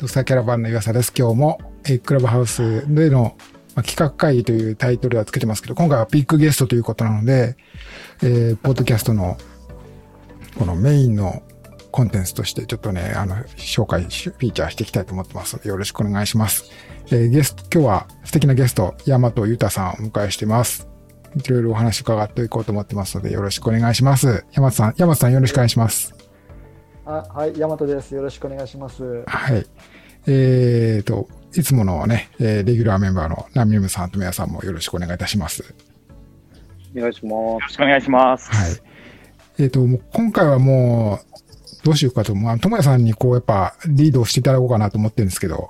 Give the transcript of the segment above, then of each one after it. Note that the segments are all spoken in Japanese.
ドクターキャラバンの岩佐です。今日もクラブハウスでの企画会議というタイトルはつけてますけど、今回はビッグゲストということなので、ポッドキャストのこのメインのコンテンツとしてちょっとね、紹介、フィーチャーしていきたいと思ってますので、よろしくお願いします。今日は素敵なゲスト、大和裕太さんをお迎えしてます。いろいろお話伺っていこうと思ってますので、よろしくお願いします。大和さんよろしくお願いします。 はい、大和です。よろしくお願いします。 はい。いつものね、レギュラーメンバーのナミムさんとメアさんもよろしくお願いいたします。 お願いします。よろしくお願いします。 はい。もう今回はもう、どうしようかと、ともやさんにやっぱリードをしていただこうかなと思ってるんですけど。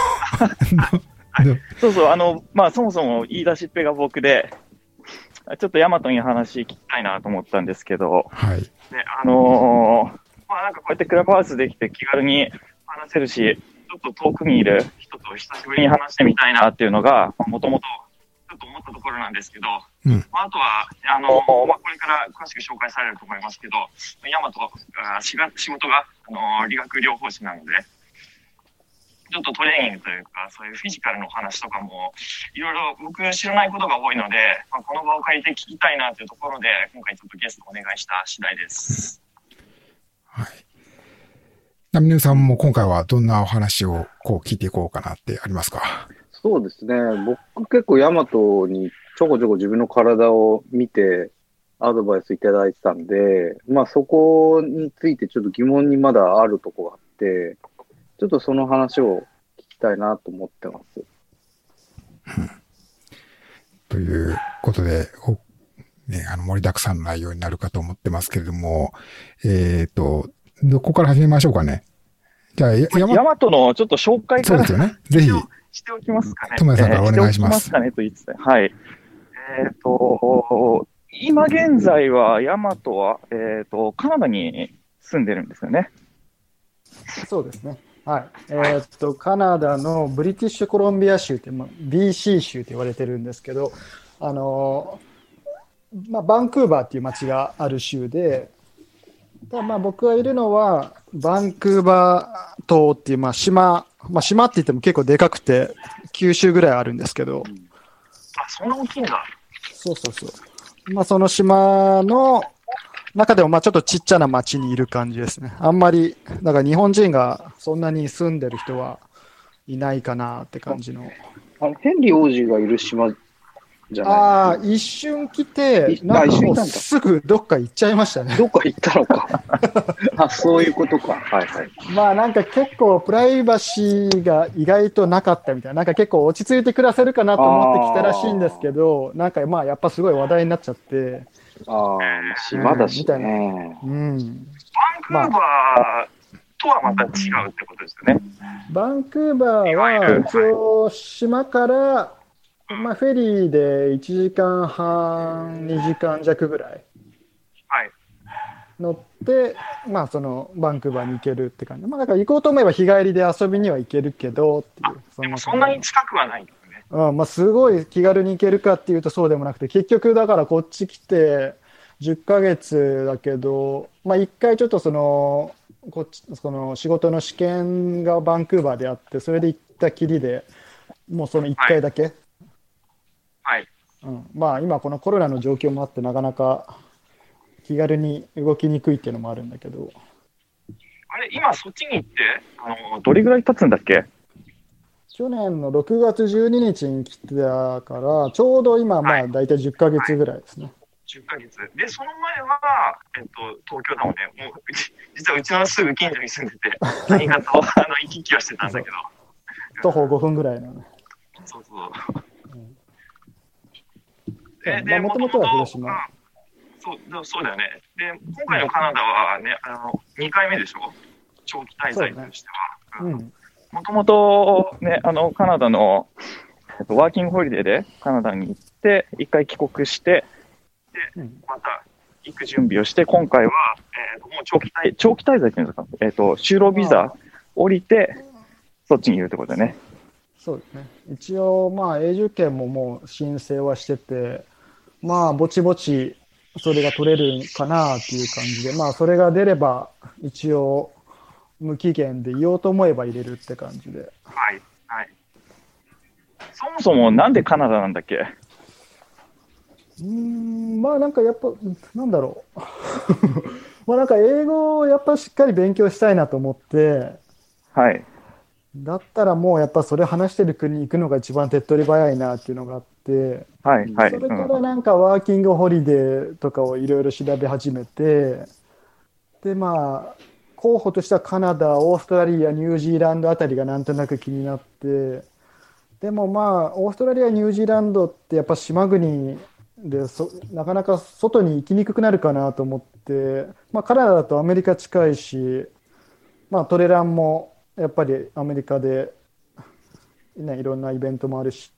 そうそう、そもそも言い出しっぺが僕で、ちょっとヤマトに話聞きたいなと思ったんですけど、 はい。 でなんかこうやってクラブハウスできて気軽に話せるし、ちょっと遠くにいる人と久しぶりに話してみたいなっていうのが、もともとちょっと思ったところなんですけど、 うん。 あとは、これから詳しく紹介されると思いますけど、ヤマトが仕事が、理学療法士なので、ちょっとトレーニングというか、そういうフィジカルの話とかも、いろいろ僕知らないことが多いので、この場を借りて聞きたいなというところで、今回ちょっとゲストお願いした次第です。 はい。ナミヌさんも今回はどんなお話を聞いていこうかなってありますか？ そうですね。僕結構ヤマトにちょこちょこ自分の体を見てアドバイスいただいてたんで、そこについてちょっと疑問にまだあるとこがあって、ちょっとその話を聞きたいなと思ってます。 ということで、盛りだくさんの内容になるかと思ってますけれども、どこから始めましょうかね。じゃあ、 ヤマトのちょっと紹介から。 そうですよね。ぜひ。 しておきますかね。 ともやさんからお願いします。 しておきますかねと言ってた。はい。今現在は、ヤマトは、カナダに住んでるんですよね。 そうですね。はい。カナダのブリティッシュコロンビア州って、BC 州って言われてるんですけど、バンクーバーっていう街がある州で、僕がいるのは、バンクーバー島っていう島、島って言っても結構でかくて、9州ぐらいあるんですけど。 そんな大きいんだ。 そう。その島の中でもちょっとちっちゃな町にいる感じですね。あんまり、だから日本人がそんなに住んでる人はいないかなって感じの。 ヘンリー王子がいる島じゃない？ 一瞬来て、なんかもうすぐどっか行っちゃいましたね。 どっか行ったのか。そういうことか。はいはい。 なんか結構プライバシーが意外となかったみたいな。なんか結構落ち着いて暮らせるかなと思ってきたらしいんですけど、なんかやっぱすごい話題になっちゃって。 島だし、 みたいな。 バンクーバーとはまた違うってことですよね。 バンクーバーは一応島から、フェリーで1時間半、2時間弱ぐらい乗って、そのバンクーバーに行けるって感じ。だから行こうと思えば日帰りで遊びには行けるけどっていう。 でもそんなに近くはないんですね。 すごい気軽に行けるかっていうとそうでもなくて、結局だからこっち来て10ヶ月だけど、一回ちょっとその仕事の試験がバンクーバーであって、それで行ったきりで、もうその1回だけ。 はい。 今このコロナの状況もあってなかなか気軽に動きにくいっていうのもあるんだけど。 今そっちに行って、どれぐらい経つんだっけ？ 去年の6月12日に来てたから、ちょうど今、だいたい10ヶ月ぐらいですね。 10ヶ月。で、その前は、東京だもんね。もう、実はうちのすぐ近所に住んでて、何かと、行き来はしてたんだけど。 徒歩5分ぐらいのね。 そう。 で、もともとは広島。 そうだよね。で、今回のカナダはね、2回目でしょ？長期滞在としては。もともとね、カナダの、ワーキングホリデーでカナダに行って、一回帰国して、で、また行く準備をして、今回は、もう長期滞在っていうんですか、就労ビザ降りて、そっちにいるってことだね。 そうですね。一応、永住権ももう申請はしてて、ぼちぼちそれが取れるかなっていう感じで、それが出れば、一応、 無期限でいようと思えば入れるって感じで。 はい。はい。そもそもなんでカナダなんだっけ？ まあなんかやっぱ、なんだろう。まあなんか英語をやっぱしっかり勉強したいなと思って、 はい。 だったらもうやっぱそれ話してる国に行くのが一番手っ取り早いなっていうのがあって、 はい。はい。 それからなんかワーキングホリデーとかをいろいろ調べ始めて、でまあ、候補としてはカナダ、オーストラリア、ニュージーランドあたりがなんとなく気になって、でもまあ、オーストラリア、ニュージーランドってやっぱ島国でなかなか外に行きにくくなるかなと思って、まあ、カナダだとアメリカ近いし、まあ、トレランもやっぱりアメリカで、ね、いろんなイベントもあるし、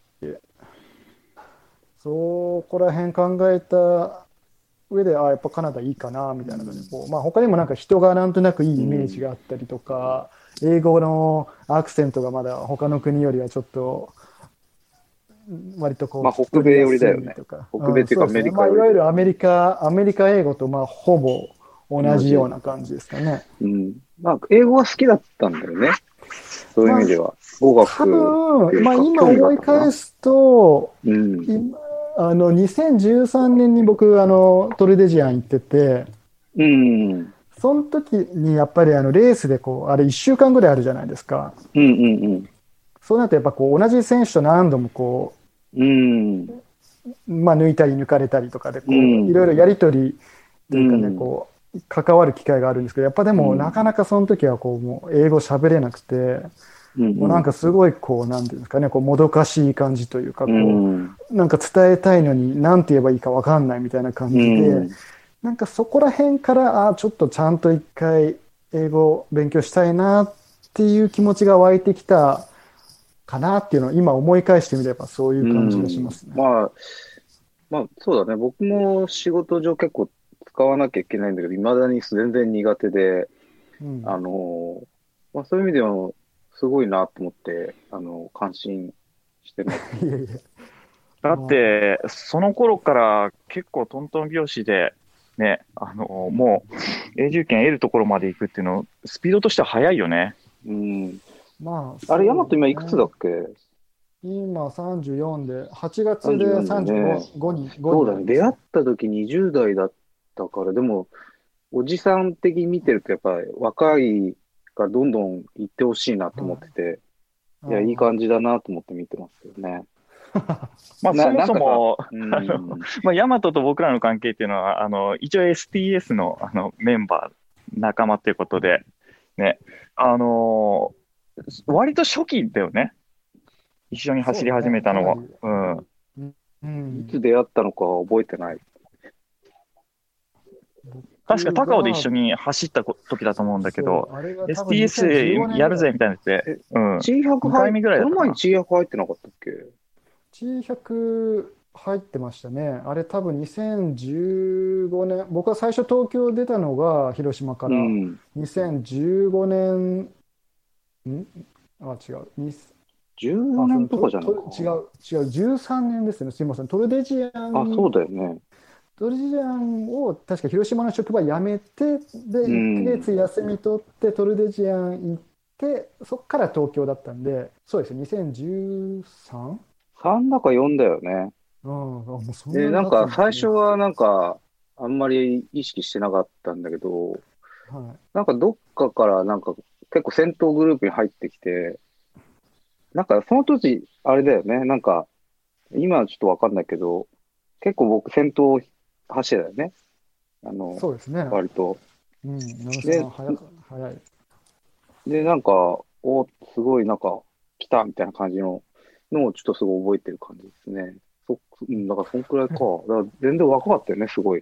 そこら辺考えた上で、やっぱカナダいいかなみたいなので、まあ、他にもなんか人がなんとなくいいイメージがあったりとか、英語のアクセントがまだ他の国よりはちょっと割とこう、 まあ、北米寄りだよね。北米っていうかアメリカ寄り、 いわゆるアメリカ英語とまあほぼ同じような感じですかね。 まあ、英語は好きだったんだよね。そういう意味では。語学。 多分、まあ今思い返すと、2013年に僕、トルデジアン行ってて、その時にやっぱりレースでこう、あれ1週間ぐらいあるじゃないですか。そうなるとやっぱこう同じ選手と何度もこう、まあ抜いたり抜かれたりとかでこう、いろいろやり取りというかね、こう、関わる機会があるんですけど、やっぱでもなかなかその時はこう、もう英語喋れなくて、もうなんかすごいこう、なんていうんですかね、こう、もどかしい感じというか、こう、なんか伝えたいのに何て言えばいいかわかんないみたいな感じで、なんかそこら辺から、ちょっとちゃんと一回英語を勉強したいなっていう気持ちが湧いてきたかなっていうのを今思い返してみればそういう感じがしますね。 まあ、そうだね。僕も仕事上結構使わなきゃいけないんだけど、未だに全然苦手で、まあそういう意味では、すごいなと思って、感心してます。 だって、その頃から結構トントン拍子で、ね、もう永住権得るところまで行くっていうの、スピードとしては速いよね。 まあれ、ヤマト今いくつだっけ？ 今34で、8月で35に。 そうだね。出会った時20代だったから、でも、おじさん的に見てると、やっぱり若いからどんどん行ってほしいなと思ってて、いや、いい感じだなと思って見てますよね。 まあ、そもそも、まあ、ヤマトと僕らの関係っていうのは、一応 STS の、メンバー、仲間ということで、ね、割と初期だよね。一緒に走り始めたのは。 いつ出会ったのかは覚えてない。 確か高尾で一緒に走った時だと思うんだけど、STS やるぜみたいなやつで、 2回目ぐらいだった。その前に G100 入ってなかったっけ？ G100 入ってましたね。あれ多分2015年、僕は最初東京出たのが広島から、2015年、違う。 14年とかじゃないか。 違う、13年ですね。すみません。トルデジアン。 そうだよね。 トルデジアンを確か広島の職場辞めて、で、1ヶ月休み取って、トルデジアン行って、そこから東京だったんで、そうですね、2013？ 3だか4だよね。で、なんか最初はなんか、あんまり意識してなかったんだけど、なんかどっかからなんか結構戦闘グループに入ってきて、なんかその時、あれだよね、なんか、今はちょっとわかんないけど、結構僕戦闘走ってたよね。 そうですね。 割と。 で、早い。 で、なんか、すごいなんか、来たみたいな感じのをちょっとすごい覚えてる感じですね。だからそんくらいか。だから全然若かったよね、すごい。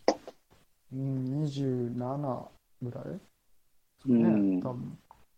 27ぐらい多分。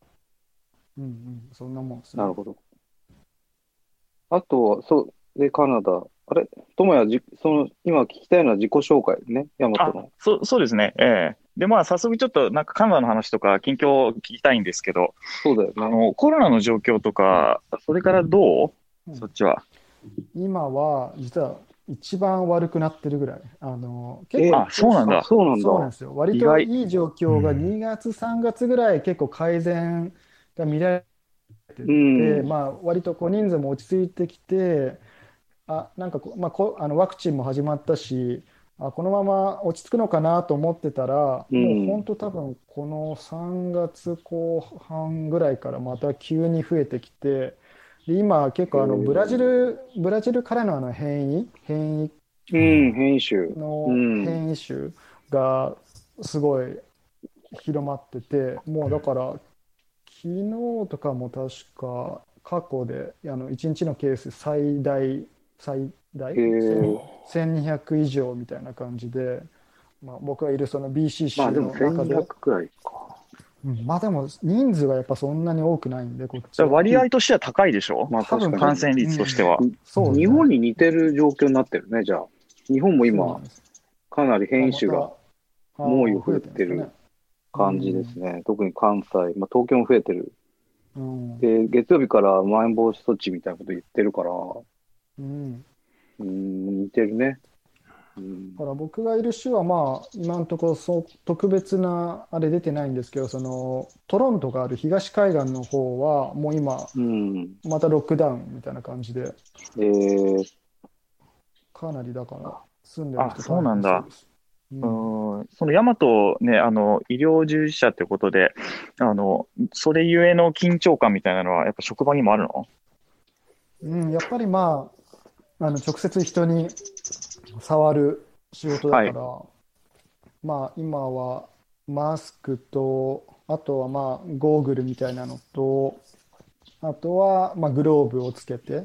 そんなもんですね。 なるほど。あと、で、カナダ。あれ、友也、今聞きたいのは自己紹介ね、ヤマトの。 そうですね。で、まあ、早速ちょっと、なんかカナダの話とか、近況を聞きたいんですけど、 そうだよね。 コロナの状況とか、それからどう？そっちは。 今は、実は、 一番悪くなってるぐらい。結構、 そうなんだ。 そうなんだ。 そうなんですよ。割といい状況が2月、3月ぐらい結構改善が見られてて、まあ、割と人数も落ち着いてきて、なんかワクチンも始まったし、このまま落ち着くのかなと思ってたら、もう本当多分この3月後半ぐらいからまた急に増えてきて、で今結構ブラジルからの変異変異種がすごい広まってて、もうだから昨日とかも確か過去で1日のケース最大1200以上みたいな感じで、まあ、僕がいるその BC 州の中で、 まあでも1200くらいか。 まあでも人数がやっぱそんなに多くないんで、こっちは割合としては高いでしょ、まあ、多分感染率としては、 そう日本に似てる状況になってるね、じゃあ。日本も今、かなり変異種が猛威を振るってる感じですね。特に関西、まあ、東京も増えてる。で、月曜日からまん延防止措置みたいなこと言ってるから、似てるね。 だから僕がいる州はまあ今のところ特別なあれ出てないんですけど、そのトロントがある東海岸の方はもう今またロックダウンみたいな感じで、かなりだから住んでる人そうなんだ。その大和ね、医療従事者ってことで、それゆえの緊張感みたいなのはやっぱ職場にもあるの？ やっぱりまあ直接人に触る仕事だから、まあ今はマスクと、あとはまあゴーグルみたいなのと、あとはまあグローブをつけて、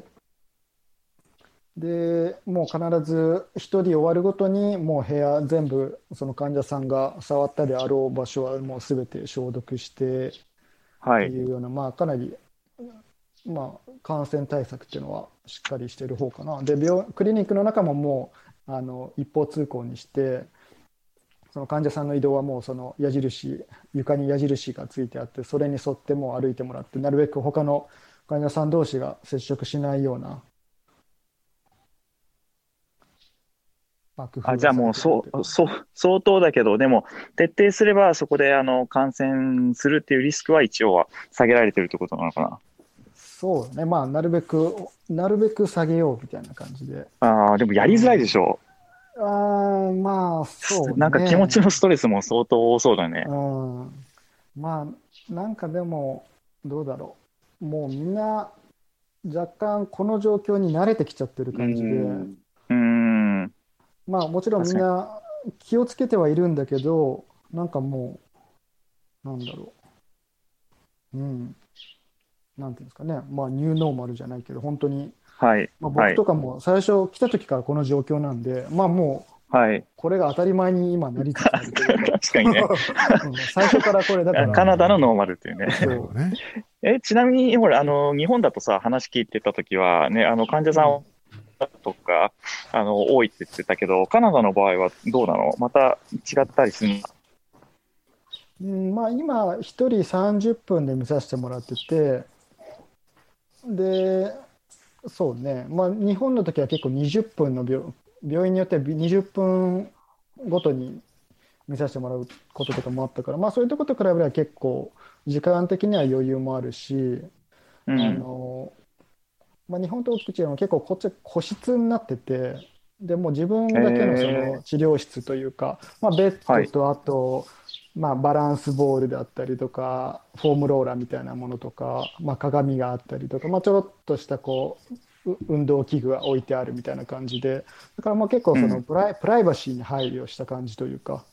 でもう必ず1人終わるごとにもう部屋全部その患者さんが触ったであろう場所はもう全て消毒してっていうような、まあかなりまあ感染対策っていうのはしっかりしている方かな。でクリニックの中ももう一方通行にして、その患者さんの移動はもうその床に矢印がついてあって、それに沿ってもう歩いてもらって、なるべく他の患者さん同士が接触しないような。 じゃあもう相当だけど、でも徹底すればそこで感染するっていうリスクは一応は下げられてるってことなのかな。 そうね、まあなるべく下げようみたいな感じで。 でもやりづらいでしょ。 まあそうね。 なんか気持ちのストレスも相当多そうだね。 まあなんかでもどうだろう。もうみんな若干この状況に慣れてきちゃってる感じで。まあもちろんみんな気をつけてはいるんだけど、なんかもうなんだろう。なんていうんですかね、まあニューノーマルじゃないけど、本当に、まあ、僕とかも最初来た時からこの状況なんで、まあもう、これが当たり前に今なりつつあるというか。 確かにね。 最初からこれだから。 カナダのノーマルっていうね。ちなみに、ほら、日本だとさ、話聞いてた時は、ね、患者さんとか、多いって言ってたけど、カナダの場合はどうなの？また違ったりするの？ まあ今、1人30分で見させてもらってて、で、そうね、まあ、日本の時は結構20分の病院によっては20分ごとに見させてもらうこととかもあったから、まあ、そういうとこと比べれば結構時間的には余裕もあるし、まあ、日本と大きく違うのは結構こっち個室になってて、でもう自分だけのその治療室というか、まあ、ベッドとあと、まあ、バランスボールであったりとかフォームローラーみたいなものとか、まあ、鏡があったりとか、まあ、ちょろっとしたこう運動器具が置いてあるみたいな感じで、だからまあ結構そのプライバシーに配慮した感じというか、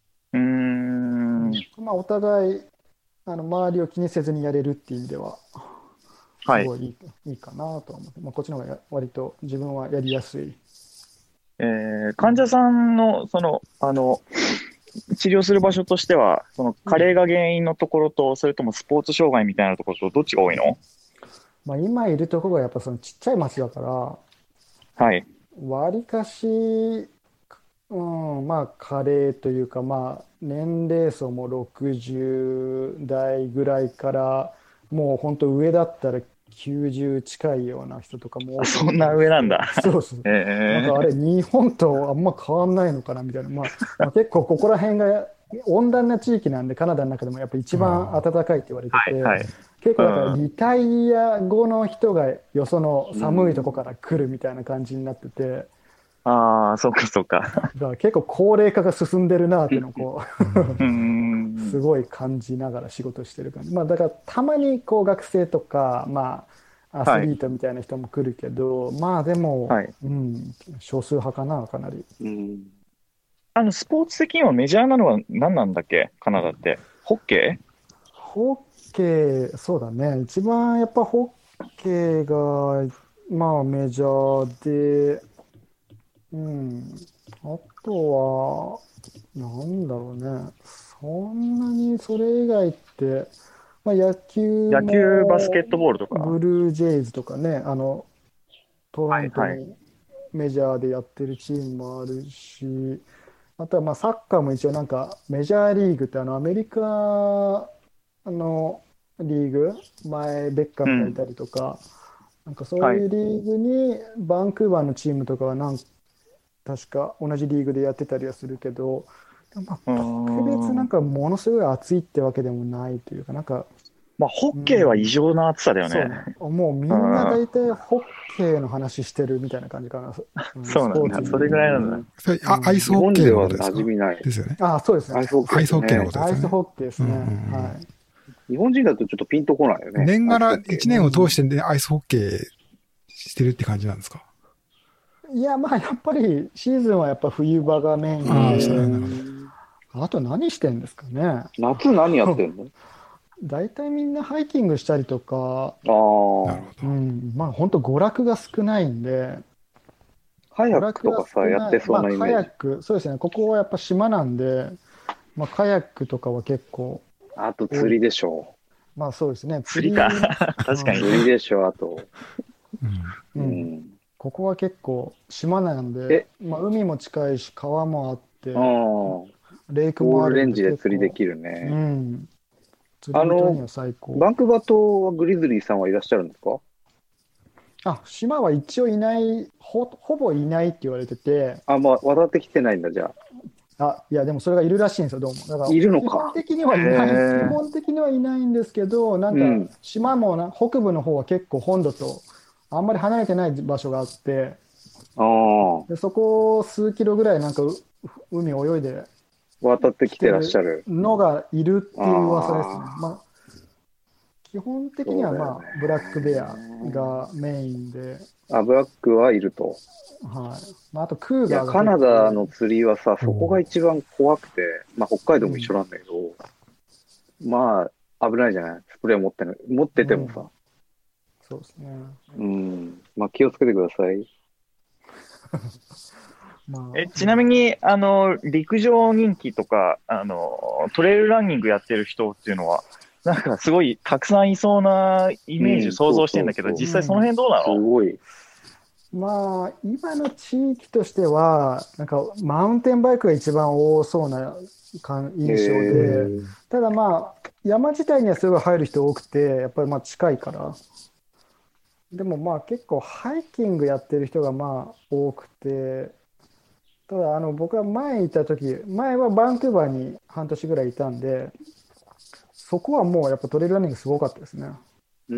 まあ、お互い周りを気にせずにやれるっていう意味ではすごいいいかなと思って、まあ、こっちの方が割と自分はやりやすい。 患者さんの治療する場所としては、その加齢が原因のところと、それともスポーツ障害みたいなところと、どっちが多いの？ まあ、今いるところがやっぱそのちっちゃい町だから、わりかし、まあ加齢というか、まあ年齢層も60代ぐらいから、もう本当上だったら 90近いような人とかも多くて。 そんな上なんだ。 そうそう。なんかあれ、日本とあんま変わんないのかなみたいな。まあ結構ここら辺が温暖な地域なんで、カナダの中でもやっぱ一番暖かいって言われてて、 はいはい、 結構だからリタイア後の人がよその寒いとこから来るみたいな感じになってて、 ああ、そっかそっか。 だから結構高齢化が進んでるなっていうのをこうすごい感じながら仕事してる感じ。まあだからたまにこう学生とか、まあアスリートみたいな人も来るけど、まあでも、少数派かな、かなり。 スポーツ的にはメジャーなのは何なんだっけ、カナダって。ホッケー、そうだね。一番やっぱホッケーが、まあメジャーで、あとは、なんだろうね。そんなにそれ以外って、まあ野球バスケットボールとか。 ブルージェイズとかね、トロントにメジャーでやってるチームもあるし、あとはまあサッカーも一応なんかメジャーリーグってアメリカのリーグ、前ベッカムがいたりとか、なんかそういうリーグにバンクーバーのチームとかは確か同じリーグでやってたりはするけど、まあ、特別なんかものすごい暑いってわけでもないというか、なんか、 まあ、ホッケーは異常な暑さだよね。 もうみんな大体ホッケーの話してるみたいな感じかな。 そうなんだ。それぐらいなんだ。アイスホッケーのことですか？ 馴染みないですよね。 そうですね。 アイスホッケーのことですね。 アイスホッケーですね。はい。 日本人だとちょっとピンとこないよね。 年がら1年を通して、アイスホッケーしてるって感じなんですか？ いや、まあやっぱりシーズンはやっぱ冬場がメインで、あと何してんですかね。 夏何やってんの？ 大体みんなハイキングしたりとか、まあ本当娯楽が少ないんで、 カヤックとかさ、やってそうなイメージ。 カヤック、そうですね、ここはやっぱ島なんで、まあカヤックとかは結構。 あと釣りでしょう。まあそうですね、 釣りか。確かに。 釣りでしょ、あと。 ここは結構島なんで、まあ海も近いし、川もあって、レイクもあるんで。 オールレンジで釣りできるね。 釣り人には最高。 バンクーバー島はグリズリーさんはいらっしゃるんですか？ 島は一応いない、ほぼいないって言われてて。 まあ、渡ってきてないんだ、じゃあ。いや、でもそれがいるらしいんですよ、どうも。だからいるのか。 基本的にはいないんですけど、なんか、島も北部の方は結構本土とあんまり離れてない場所があって、でそこを数キロぐらいなんか海泳いで渡ってきてらっしゃるのがいるっていう噂ですね。まあ基本的にはまあブラックベアがメインで。 ブラックはいると。 はい。あとクーガーが。 カナダの釣りはさ、そこが一番怖くて、まあ北海道も一緒なんだけど、まあ危ないじゃない。スプレー持っててもさ。 そうですね。 まあ気をつけてください。 ちなみに、陸上人気とか、トレイルランニングやってる人っていうのは、なんかすごいたくさんいそうなイメージ想像してんだけど、実際その辺どうなの？ すごい。 まあ、今の地域としては、なんかマウンテンバイクが一番多そうな印象で、ただまあ、山自体にはすごい入る人多くて、やっぱりまあ近いから。でもまあ結構ハイキングやってる人がまあ多くて、ただ僕は前はバンクーバーに半年ぐらいいたんで、そこはもうやっぱトレイルランニングすごかったですね。 ウ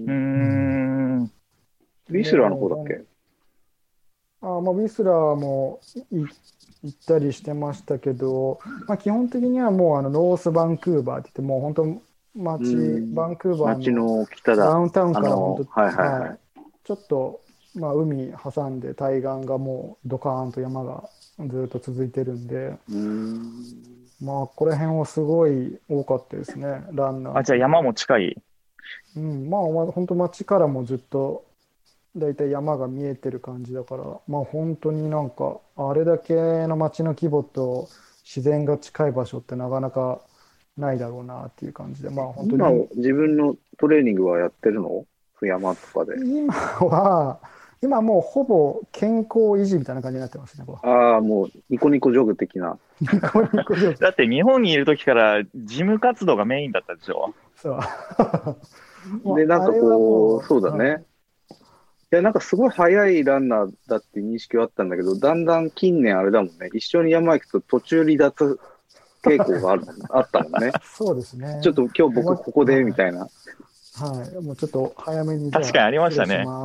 ィスラーの方だっけ？ まあ、ウィスラーも行ったりしてましたけど、まあ、基本的にはもうノースバンクーバーって言って、もう本当バンクーバーのダウンタウンから本当、ちょっと、まあ、海挟んで対岸がもうドカーンと山がずっと続いてるんで、まあこの辺はすごい多かったですね、ランナー。 じゃあ山も近い？ まあ本当街からもずっとだいたい山が見えてる感じだから、まあ本当になんかあれだけの街の規模と自然が近い場所ってなかなかないだろうなっていう感じで、まあ本当に。 今自分のトレーニングはやってるの？山とかで。 今もうほぼ健康維持みたいな感じになってますね。 もうニコニコジョグ的な。 ニコニコジョグ。 だって日本にいる時からジム活動がメインだったでしょ？ そう。 で、なんかこう、そうだはいね。いや、なんかすごい速いランナーだって認識はあったんだけど、だんだん近年あれだもんね。一緒に山行くと途中離脱傾向があったもんね。 そうですね。 ちょっと今日僕ここで、みたいな。 はい。もうちょっと早めに。 確かにありましたね。 はい。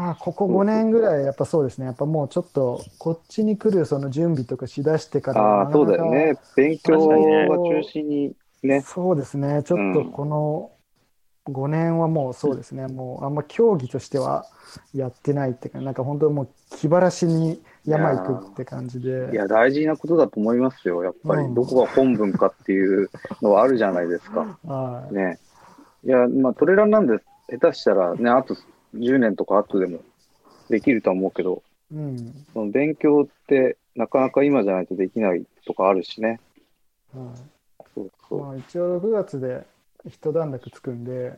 まあ、ここ5年ぐらい、やっぱそうですね。やっぱもうちょっと、こっちに来るその準備とかしだしてからああ、そうだよね。勉強が中心にね。 そうですね。ちょっとこの5年はもうそうですね。もうあんま競技としてはやってないっていうか、なんか本当もう気晴らしに山行くって感じで。 いや、大事なことだと思いますよ。やっぱり、どこが本分かっていうのはあるじゃないですか。ね。いや、まあ、トレランなんで、下手したらね、あと10年とか後でもできるとは思うけど、その勉強ってなかなか今じゃないとできないとかあるしね。 そうそう。まあ、一応6月で一段落つくんで、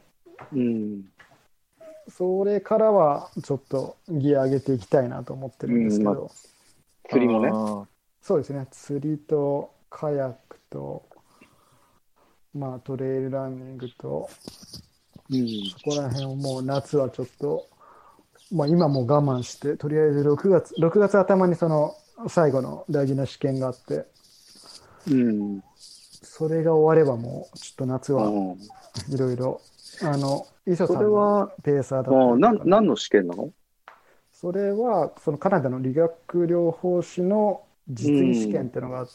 それからはちょっとギア上げていきたいなと思ってるんですけど。 釣りもね。 そうですね。釣りとカヤックと、まあトレイルランニングと、そこら辺をもう夏はちょっと、まあ今もう我慢して、とりあえず6月頭にその最後の大事な試験があって、それが終わればもうちょっと夏はいろいろ、磯さんのペーサーだったりとか、 何の試験なの？ それはそのカナダの理学療法士の実技試験っていうのがあって、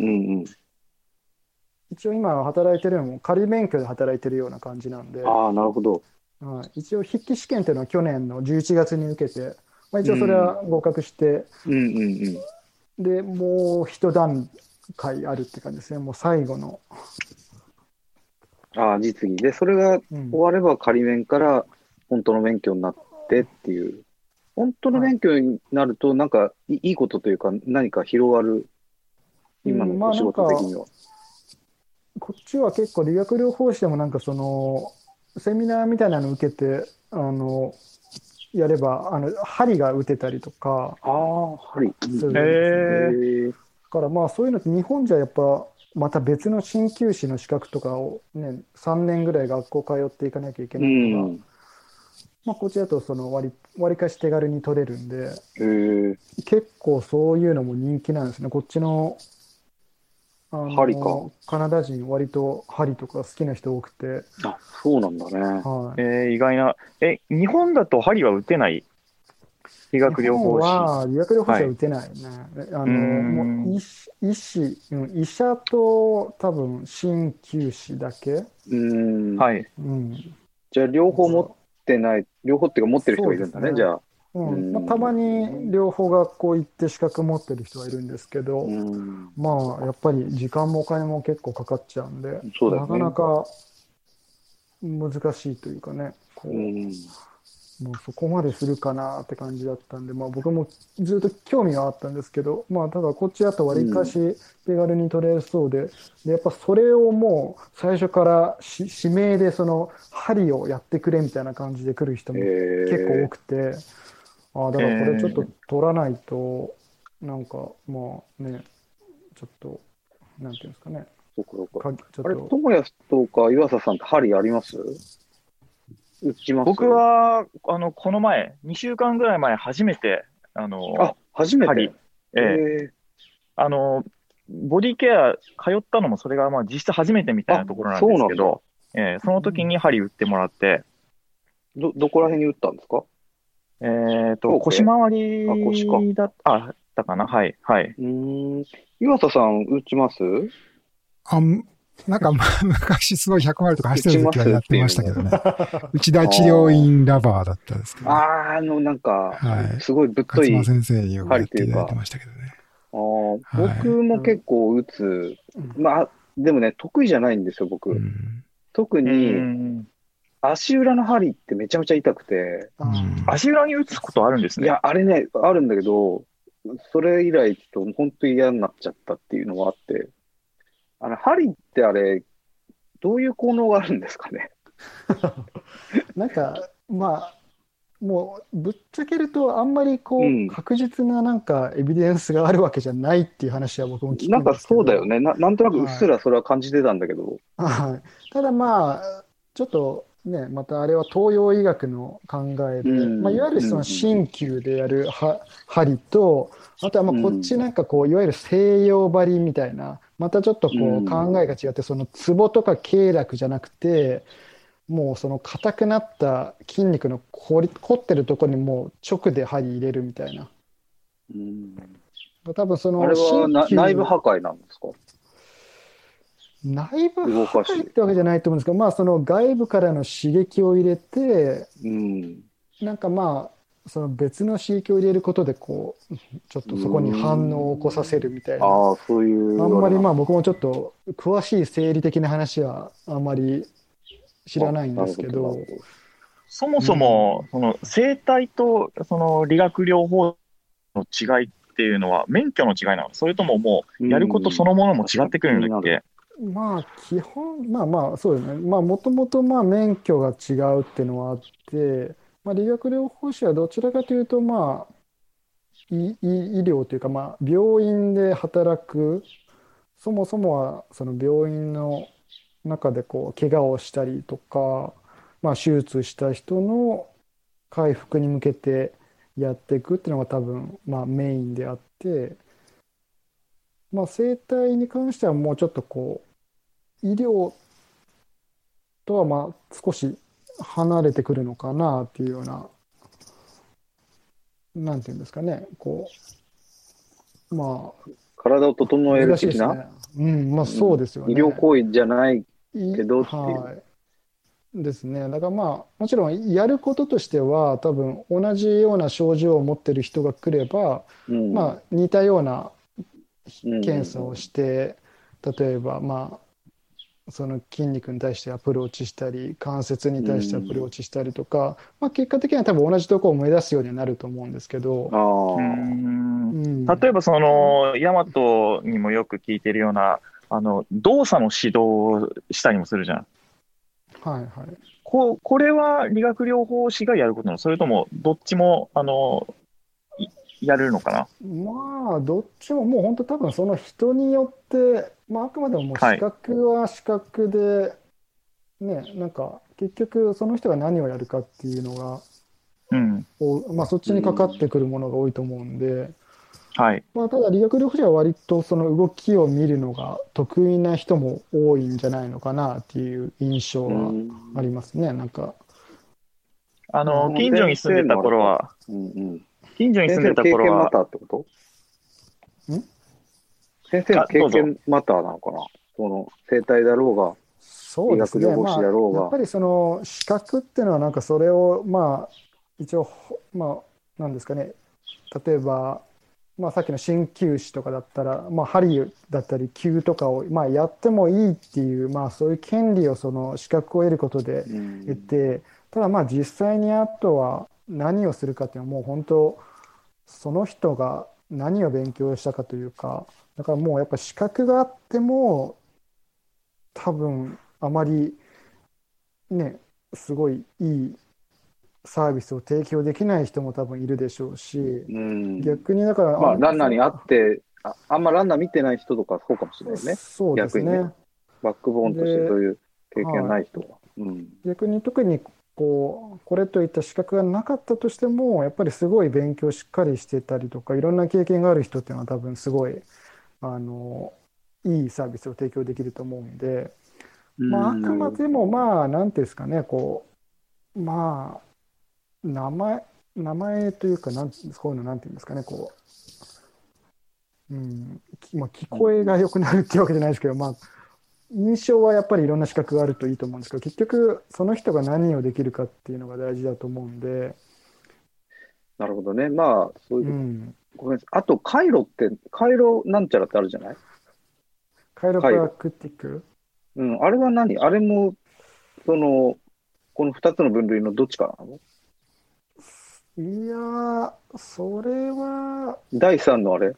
一応今働いてるのも仮免許で働いてるような感じなんで、 ああ、なるほど。 一応筆記試験っていうのは去年の11月に受けて、まあ、一応それは合格して、でもう一段階あるって感じですね。もう最後の。 ああ、実技で、それが終われば仮免から本当の免許になってっていう。本当の免許になると、なんかいいことというか、何か広がる、今のお仕事的には。 こっちは結構理学療法士でもなんかその、セミナーみたいなの受けて、やれば、針が打てたりとか、 針。 だからまあそういうのって日本じゃやっぱ、また別の鍼灸師の資格とかをね、3年ぐらい学校通っていかなきゃいけないのが、まあこっちだとその割かし手軽に取れるんで、結構そういうのも人気なんですね。こっちの針か。 カナダ人割と針とか好きな人多くて。 あ、そうなんだね。 意外な。日本だと針は打てない？理学療法士。 日本は理学療法士は打てないね。もう医者と多分鍼灸師だけ。 じゃあ両方持ってない、両方っていうか持ってる人がいるんだね、じゃあ。 まあ、たまに両方学校行って資格持ってる人はいるんですけど、まあやっぱり時間もお金も結構かかっちゃうんで、なかなか難しいというかね、もうそこまでするかなって感じだったんで、まあ、僕もずっと興味はあったんですけど、まあ、ただこっちだとわりかし手軽に取れそうで、やっぱそれをもう最初から指名でその針をやってくれみたいな感じで来る人も結構多くて、だからこれちょっと取らないと、なんかまあね、ちょっと、なんていうんですかね。 あれ、友安とか岩佐さんって針あります？ 僕は、この前、2週間ぐらい前、初めて、 初めて？ ボディケア通ったのも、それがまあ実質初めてみたいなところなんですけど、その時に針打ってもらって、 どこら辺に打ったんですか？ 腰回りだったかな。はい。 岩佐さん、打ちます？ なんか昔すごい100マイルとか走ってる時はやってましたけどね。内田治療院ラバーだったんですけど、ね。 なんか、すごいぶっとい。 勝間先生によくやっていただいてましたけどね。 僕も結構打つ。まあ、でもね、得意じゃないんですよ、僕。特に、足裏の針ってめちゃめちゃ痛くて。 足裏に打つことあるんですね。 いや、あれね、あるんだけど、それ以来、ちょっと本当に嫌になっちゃったっていうのがあって。針ってあれ、どういう効能があるんですかね。 なんか、まあ、 もうぶっちゃけるとあんまりこう、確実ななんかエビデンスがあるわけじゃないっていう話は僕も聞くんですけど。 なんかそうだよね。なんとなくうっすらそれは感じてたんだけど。 はい。ただまあ、ちょっとね、またあれは東洋医学の考えで、まあ、いわゆるその鍼灸でやる針と、あとはまあこっちなんかこう、いわゆる西洋針みたいな、またちょっとこう考えが違って、そのツボとか経絡じゃなくて、もうその硬くなった筋肉の凝ってるところにもう直で針入れるみたいな。多分そのあれは内部破壊なんですか？ 内部破壊ってわけじゃないと思うんですけど、まあその外部からの刺激を入れて、なんかまあその別の刺激を入れることでこうちょっとそこに反応を起こさせるみたいな。 そういう。 あんまりまあ僕もちょっと詳しい生理的な話はあんまり知らないんですけど、 そもそも、その生体とその理学療法の違いっていうのは免許の違いなの？それとももうやることそのものも違ってくるんだっけ？ まあ基本、まあまあそうですね。まあもともとまあ免許が違うっていうのはあって、まあ理学療法士はどちらかというとまあ医療というかまあ病院で働く、そもそもはその病院の中でこう怪我をしたりとか、まあ手術した人の回復に向けてやっていくっていうのが多分まあメインであって、まあ生体に関してはもうちょっとこう医療とはまあ少し離れてくるのかなっていうような、なんていうんですかね、こう、まあ、 体を整える的な、 ね、まあそうですよね。 医療行為じゃないけどっていう。 はい。ですね。だからまあ、もちろんやることとしては、多分同じような症状を持ってる人が来れば、まあ似たような検査をして、例えばまあ、その筋肉に対してアプローチしたり、関節に対してアプローチしたりとか、まあ、結果的には多分同じところを目指すようにはなると思うんですけど。 例えばその、ヤマトにもよく聞いてるような、動作の指導をしたりもするじゃん。 はいはい。 これは理学療法士がやることなの？それとも、どっちも、やるのかな？ まあ、どっちももう本当多分その人によって、まあ、あくまでももう資格は資格で、ね、なんか結局その人が何をやるかっていうのが、まあ、そっちにかかってくるものが多いと思うんで、まあ、ただ理学療法士は割とその動きを見るのが得意な人も多いんじゃないのかなっていう印象はありますね。なんか近所に住んでた頃は、近所に住んでた頃は、 先生の経験マターってこと？先生の経験マターなのかな？その生体だろうが、理学療法士だろうが。 やっぱりその資格っていうのはなんかそれをまあ一応まあなんですかね、例えばまあさっきの鍼灸師とかだったら、まあ針だったり灸とかをまあやってもいいっていう、まあそういう権利をその資格を得ることで得て、ただまあ実際にあとは何をするかっていうのはもう本当その人が何を勉強したかというか、だからもうやっぱ資格があっても多分あまりね、すごいいいサービスを提供できない人も多分いるでしょうし、逆にだから、 まあランナーに会ってあんまランナー見てない人とかそうかもしれないね。 そうですね。 逆にね、バックボーンとしてそういう経験ない人は。 逆に特にこれといった資格がなかったとしても、やっぱりすごい勉強しっかりしてたりとか、いろんな経験がある人っていうのは多分すごい、いいサービスを提供できると思うんで、まあ、あくまでもまあ、なんていうんですかね、まあ、名前というか、そういうのなんていうんですかね、まあ、聞こえが良くなるっていうわけじゃないですけど、まあ、印象はやっぱりいろんな資格があるといいと思うんですけど、結局その人が何をできるかっていうのが大事だと思うんで。 なるほどね。まあそういう、ごめんなさい。あとカイロなんちゃらってあるじゃない？ カイロプラクティック。 あれは何？あれもこの2つの分類のどっちかなの？ いやそれは第3のあれ。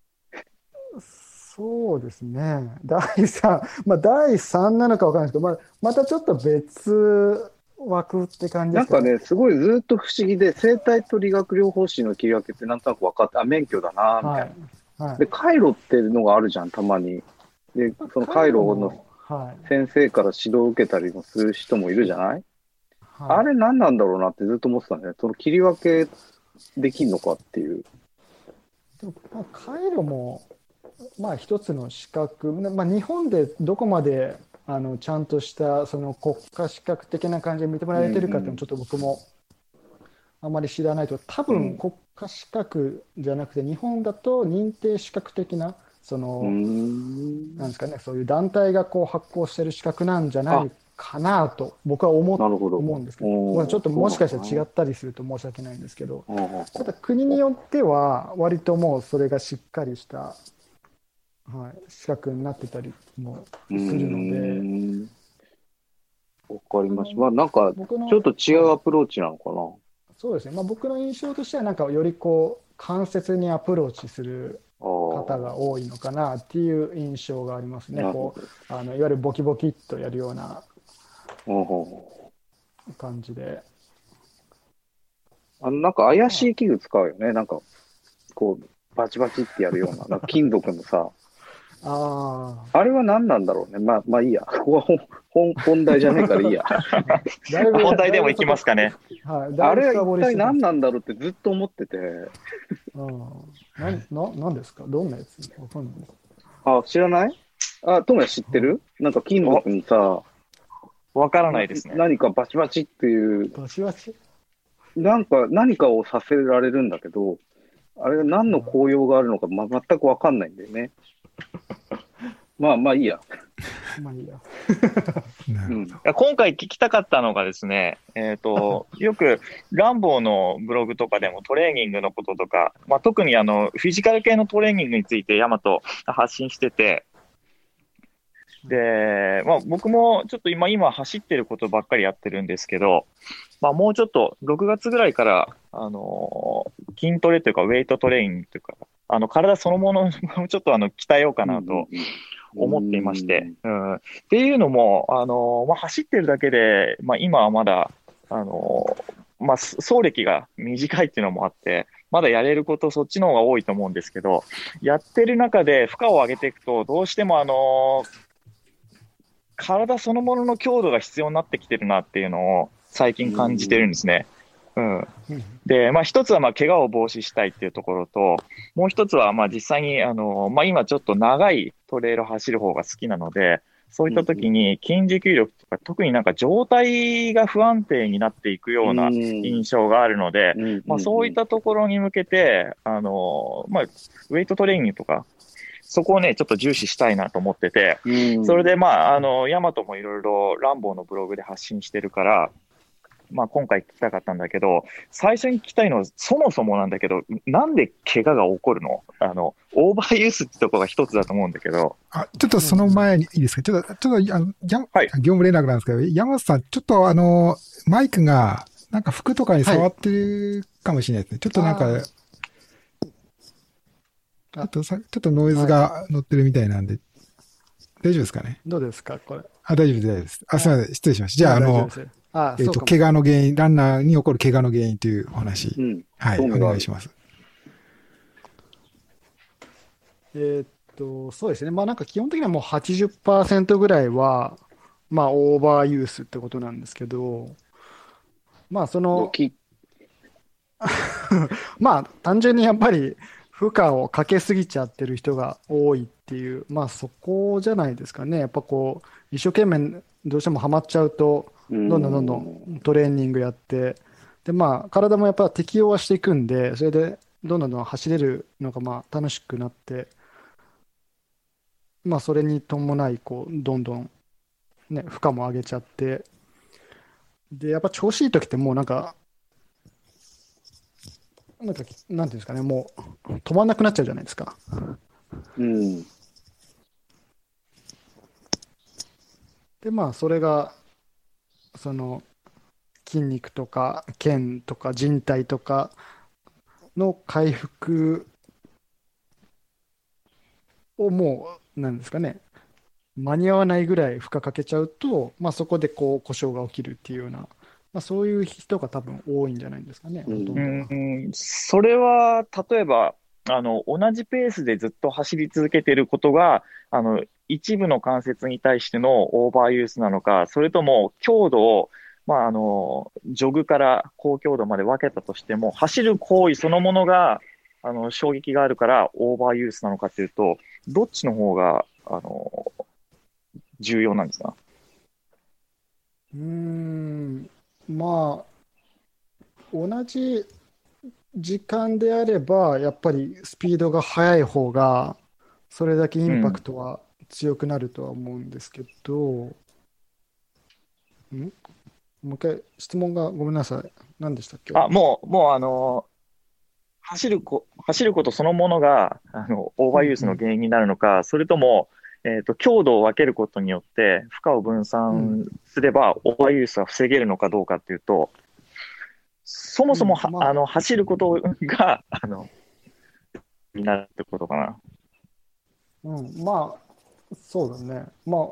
そうですね。第3なのか分からないですけど、またちょっと別枠って感じですかね。 なんかね、すごいずっと不思議で、生態と理学療法士の切り分けってなんとなく分かって、あ、免許だな、みたいな。で、回路っていうのがあるじゃん、たまに。で、その回路の先生から指導を受けたりもする人もいるじゃない？あれ何なんだろうなってずっと思ってたね。その切り分けできんのかっていう。 でも回路も、一つの資格、日本でどこまでちゃんとしたその国家資格的な感じで認められてるかっていうのちょっと僕もあまり知らないと、多分国家資格じゃなくて、日本だと認定資格的な、なんですかね、そういう団体がこう発行してる資格なんじゃないかなと僕は思うんですけど、ちょっともしかしたら違ったりすると申し訳ないんですけど、ただ国によっては割ともうそれがしっかりした、資格になってたりもするので。 わかりました。なんかちょっと違うアプローチなのかな。 そうですね。僕の印象としてはなんかよりこう間接にアプローチする方が多いのかなっていう印象がありますね。こういわゆるボキボキっとやるような感じで。 なんか怪しい器具使うよね。なんかこうバチバチってやるような、なんか金属のさ。あれは何なんだろうね。まあいいや。ここは本題じゃねえからいいや。 本題でもいきますかね。 あれは一体何なんだろうってずっと思ってて。 何ですか？どんなやつ？わかんない。 知らない？トモヤ知ってる？なんか金属にさ、 わからないですね。 何かバチバチっていう。 バチバチ？ なんか何かをさせられるんだけど、あれが何の効用があるのか、全くわかんないんだよね。まあいいや。 まあいいや。 今回聞きたかったのがですね、よくランボーのブログとかでもトレーニングのこととか、特にフィジカル系のトレーニングについてヤマト発信してて、で、僕もちょっと今走ってることばっかりやってるんですけど、もうちょっと6月ぐらいから、筋トレというかウェイトトレーニングというか、体そのものをちょっと鍛えようかなと思っていまして、っていうのも、走ってるだけで、今はまだ、走歴が短いっていうのもあって、まだやれることそっちの方が多いと思うんですけど、やってる中で負荷を上げていくと、どうしても体そのものの強度が必要になってきてるなっていうのを最近感じてるんですね。で、一つは怪我を防止したいっていうところと、もう一つは実際に今ちょっと長いトレイルを走る方が好きなので、そういった時に筋持久力とか、特になんか状態が不安定になっていくような印象があるので、そういったところに向けて、ウェイトトレーニングとか、そこをね、ちょっと重視したいなと思ってて、それでヤマトもいろいろランボーのブログで発信してるから、今回聞きたかったんだけど、最初に聞きたいのは、そもそもなんだけど、なんで怪我が起こるの？オーバーユースってとこが一つだと思うんだけど。 ちょっとその前にいいですか？ちょっと業務連絡なんですけど、山本さん、ちょっとマイクが、なんか服とかに触ってるかもしれないですね。ちょっとなんか、ちょっとノイズが乗ってるみたいなんで、大丈夫ですかね？ どうですかこれ？ 大丈夫です。すみません。失礼しました。じゃあ、怪我の原因、ランナーに起こる怪我の原因というお話、お願いします。 そうですね。なんか基本的にはもう 80% ぐらいは、オーバーユースってことなんですけど、単純にやっぱり負荷をかけすぎちゃってる人が多いっていう、そこじゃないですかね。やっぱこう、一生懸命どうしてもハマっちゃうと、どんどんトレーニングやって、で、体もやっぱ適応はしていくんで、それでどんどん走れるのが楽しくなって、それに伴い、こう、どんどんね、負荷も上げちゃって、で、やっぱ調子いい時ってもうなんていうんですかね、もう止まんなくなっちゃうじゃないですか。で、それが、その、筋肉とか腱とか靭帯とかの回復をもう、なんですかね、間に合わないぐらい負荷かけちゃうと、そこでこう故障が起きるっていうようなそういう人が多分多いんじゃないんですかね、ほとんどは。 それは、例えば、同じペースでずっと走り続けていることが、一部の関節に対してのオーバーユースなのか、それとも強度を、ジョグから高強度まで分けたとしても、走る行為そのものが、衝撃があるからオーバーユースなのかというと、どっちの方が、重要なんですか？ まあ、同じ時間であれば、やっぱりスピードが速い方が、それだけインパクトは強くなるとは思うんですけど、もう一回質問がごめんなさい。何でしたっけ？ もう走ることそのものが、オーバーユースの原因になるのか、それとも、強度を分けることによって負荷を分散すればオーバーユースは防げるのかどうかっていうと、そもそも走ることが、になるってことかな。 そうだね。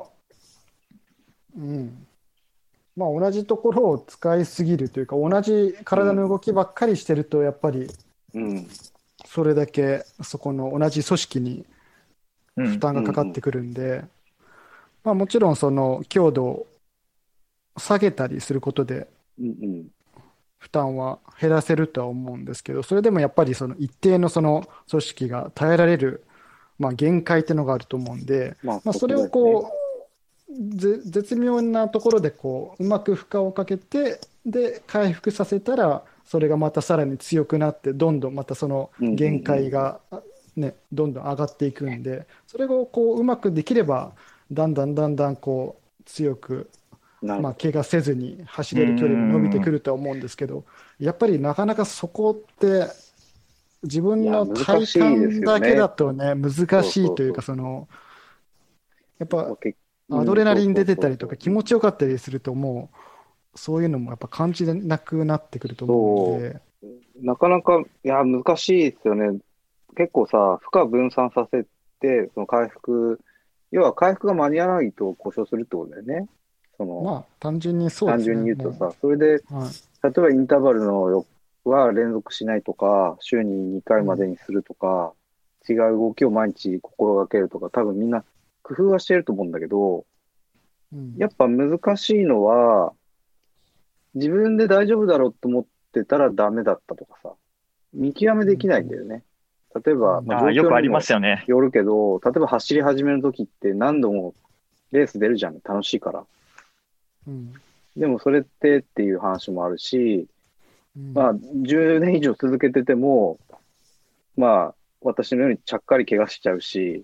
同じところを使いすぎるというか、同じ体の動きばっかりしてると、やっぱり、それだけそこの同じ組織に負担がかかってくるんで、もちろんその強度を下げたりすることで、負担は減らせるとは思うんですけど、それでもやっぱりその一定のその組織が耐えられる、限界っていうのがあると思うんで、それをこう、絶妙なところでこう、うまく負荷をかけて、で、回復させたら、それがまたさらに強くなって、どんどんまたその限界がね、どんどん上がっていくんで、それをこう、うまくできれば、だんだんこう、強く、怪我せずに走れる距離も伸びてくるとは思うんですけど、やっぱりなかなかそこって自分の体感だけだとね、難しいというか、やっぱアドレナリン出てたりとか気持ちよかったりすると、もうそういうのもやっぱ感じなくなってくると思うんで。 なかなか、難しいですよね。結構さ、負荷分散させて、その回復、要は回復が間に合わないと故障するってことだよね。 単純にそうですね。 単純に言うとさ、それで、例えばインターバルは連続しないとか、週に2回までにするとか、違う動きを毎日心がけるとか、多分みんな工夫はしてると思うんだけど、やっぱ難しいのは、自分で大丈夫だろうと思ってたらダメだったとかさ、見極めできないんだよね。例えば、 よくありますよね。 よるけど、例えば走り始めるときって何度もレース出るじゃん、楽しいから。でもそれっていう話もあるし、10年以上続けてても、私のようにちゃっかり怪我しちゃうし、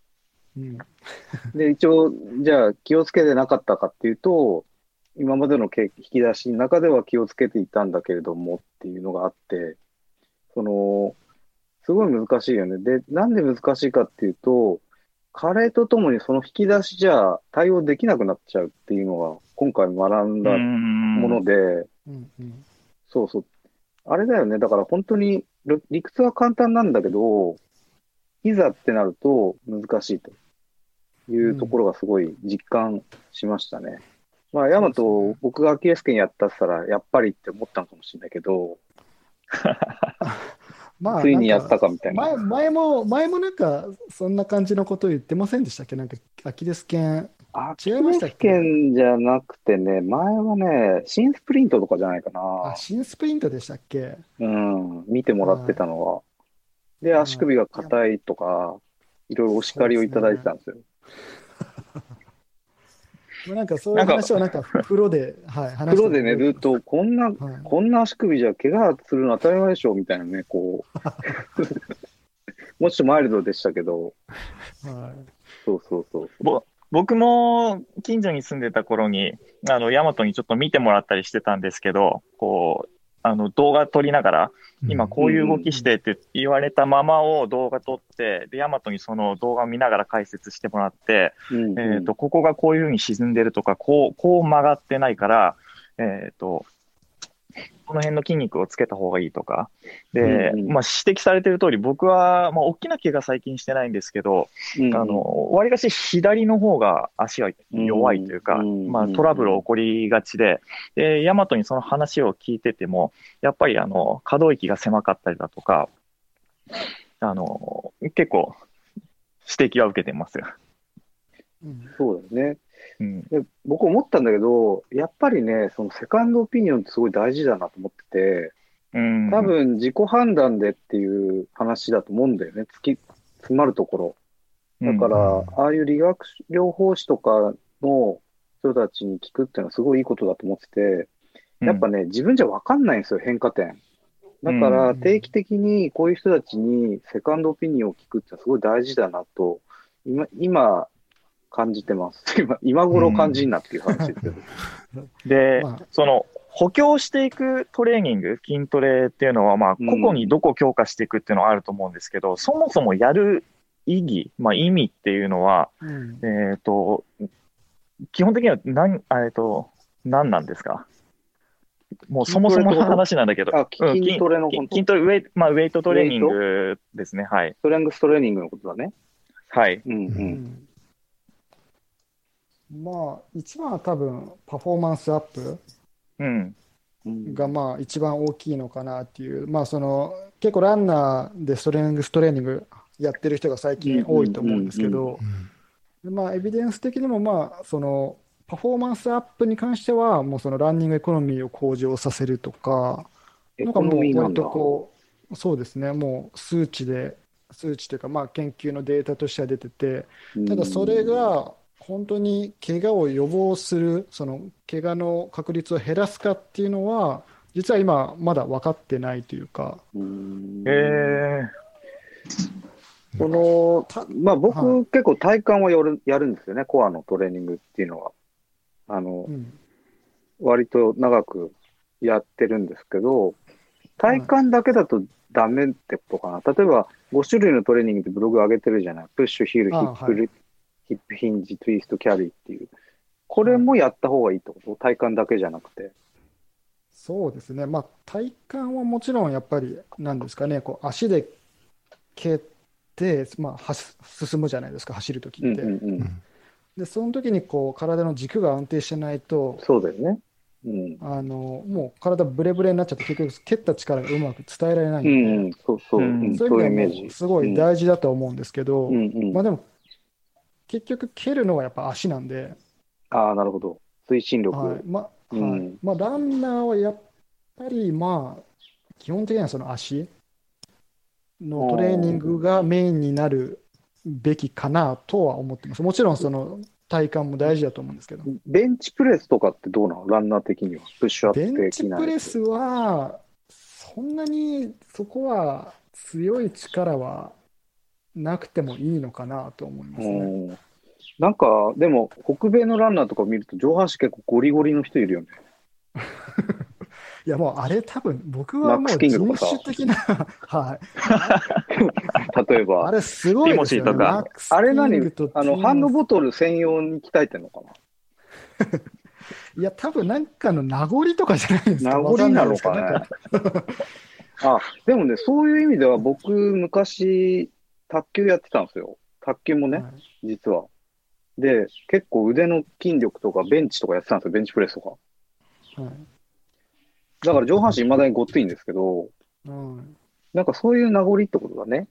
で、一応、じゃあ気をつけてなかったかっていうと、今までの引き出しの中では気をつけていたんだけれどもっていうのがあって、すごい難しいよね。で、なんで難しいかっていうと、加齢とともにその引き出しじゃ対応できなくなっちゃうっていうのが今回学んだもので、そうそう。あれだよね。だから本当に理屈は簡単なんだけど、いざってなると難しいというところがすごい実感しましたね。ヤマト、僕がアキレス腱やったったらやっぱりって思ったのかもしれないけど、ついにやったかみたいな。 前もなんか、そんな感じのことを言ってませんでしたっけ？なんか、アキレス腱。 アキレス腱じゃなくてね、前はね、新スプリントとかじゃないかな。 新スプリントでしたっけ？ 見てもらってたのは。で、足首が硬いとか、いろいろお叱りをいただいてたんですよ。 なんかそういう話をなんか風呂で、話して。 風呂でね、ずっとこんな足首じゃ怪我するの当たり前でしょみたいなね、こう。もうちょっとマイルドでしたけど。そう。 僕も近所に住んでた頃に、ヤマトにちょっと見てもらったりしてたんですけど、こう、動画撮りながら、今こういう動きしてって言われたままを動画撮って、で、ヤマトにその動画を見ながら解説してもらって、ここがこういう風に沈んでるとか、こう曲がってないから、 この辺の筋肉をつけた方がいいとか。で、 うんうんまあ、指摘されてる通り、僕は、まあ、大きな怪我最近してないんですけど、 うんわりかし左の方が足が弱いというか、まあ、トラブル起こりがちで、で、ヤマトにその話を聞いてても、やっぱり可動域が狭かったりだとか、結構指摘は受けてますよ。 そうだよね。 うんで、僕思ったんだけど、やっぱりね、そのセカンドオピニオンってすごい大事だなと思ってて、 うん多分自己判断でっていう話だと思うんだよね。詰まるところ。だから、ああいう理学療法士とかの人たちに聞くっていうのはすごいいいことだと思ってて、やっぱね、自分じゃわかんないんですよ、変化点。だから、定期的にこういう人たちにセカンドオピニオンを聞くってのはすごい大事だなと、今感じてます。今頃感じんなっていう話ですけど。 で、 まあその補強していくトレーニング、筋トレっていうのは、まあ、個々にどこを強化していくっていうのはあると思うんですけど、そもそもやる意義、まあ、意味っていうのは、基本的には何なんですか？もうそもそもの話なんだけど。 筋トレのこと？ 筋トレ、ウェイトトレーニングですね。はい。 ストレングストレーニングのことだね。 はい。 まあ、一番は多分、パフォーマンスアップが、まあ、一番大きいのかなっていう、まあ、結構ランナーでストレングストレーニングやってる人が最近多いと思うんですけど、まあ、エビデンス的にも、まあ、パフォーマンスアップに関しては、もうランニングエコノミーを向上させるとか、なんかもう割とこう、そうですね、もう数値というか、まあ、研究のデータとしては出てて、ただそれが本当に怪我を予防する、怪我の確率を減らすかっていうのは、実は今、まだ分かってないというか。 まあ、僕、結構体幹はやるんですよね、コアのトレーニングっていうのは。割と長くやってるんですけど、体幹だけだとダメってことかな。例えば、5種類のトレーニングでブログ上げてるじゃない。プッシュ、ヒール、ヒップヒンジ、ツイスト、キャリーっていう。これもやった方がいいってこと？体幹だけじゃなくて。 そうですね。まあ、体幹はもちろんやっぱり、なんですかね、こう足で蹴って、まあ、進むじゃないですか、走るときって。で、その時にこう体の軸が安定してないと、 そうだよね。 もう体ブレブレになっちゃって、結局蹴った力がうまく伝えられないんで、そういう意味ではすごい大事だと思うんですけど、まあでも、結局蹴るのはやっぱ足なんで。 ああ、なるほど。推進力。 まあ、ランナーはやっぱり、まあ、基本的にはその足のトレーニングがメインになるべきかなとは思ってます。もちろん体幹も大事だと思うんですけど。 ベンチプレスとかってどうなの？ランナー的には。プッシュアップ的な。 ベンチプレスは、そんなにそこは強い力はなくてもいいのかなと思いますね。 なんか、でも、北米のランナーとか見ると上半身結構ゴリゴリの人いるよね。 いや、もうあれ多分、僕はもう人種的な、はい。 例えば。 あれすごいですよね。 あれ何ハンドボトル専用に鍛えてんのかな？ いや、多分なんかの名残とかじゃないですか。 名残なのかね。でもね、そういう意味では僕、昔、卓球やってたんですよ。卓球もね、実は。で、結構腕の筋力とかベンチとかやってたんですよ。ベンチプレスとか。だから上半身未だにごっついんですけど、なんかそういう名残ってことだね。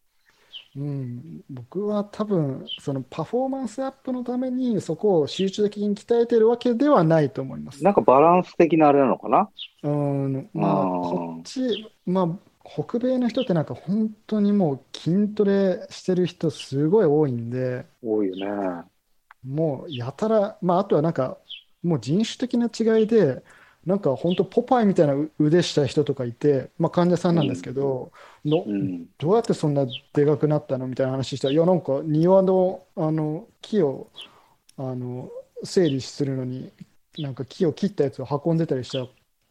僕は多分、パフォーマンスアップのためにそこを集中的に鍛えてるわけではないと思います。 なんかバランス的なあれなのかな？ まあ、こっち、まあ、北米の人ってなんか本当にもう筋トレしてる人すごい多いんで。 多いよね。 もうやたら、まあ、あとはなんか、もう人種的な違いで、なんか本当ポパイみたいな腕した人とかいて、まあ、患者さんなんですけど、どうやってそんなでかくなったのみたいな話したら、いや、なんか庭の、木を整理するのに、なんか木を切ったやつを運んでたりしたら、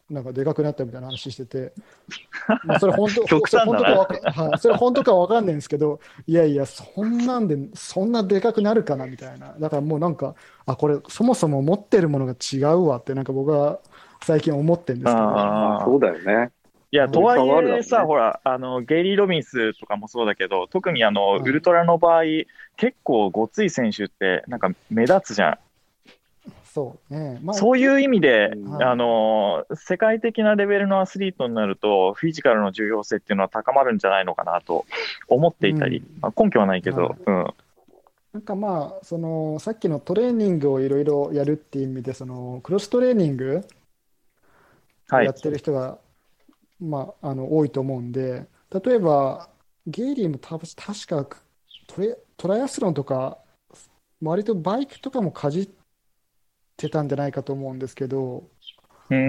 なんかでかくなったみたいな話してて、まあ、それ本当、 極それ本当か端だな。 はい、それ本当かわかんないんですけど、いやいや、そんなんで、そんなでかくなるかなみたいな。だからもうなんか、あ、これ、そもそも持ってるものが違うわって、なんか僕は最近思ってるんですけど、 まあ、そうだよね。 いや、とはい、 はい差はあるだろうえさ、 ね。 ほら、ゲイリー・ロビンスとかもそうだけど、特にウルはい、 トラの場合、結構ごつい選手って、なんか目立つじゃん。 そうね。まあ、 そういう意味で、 は世界的なレベルのアスリートになると、フィジカルの重要性っていうのは高まるんじゃないのかなと思ってい、 いたり、 うん、 まあ、根拠はないけど、 はい。 うん。 なんかまあ、その、さっきのトレーニングをいろいろやるっていう意味で、その、クロストレーニングをはい。 やってる人が、まあ、多いと思うんで、例えば、ゲイリーも確かトライアスロンとか、割とバイクとかもかじってたんじゃないかと思うんですけど、 うーうん。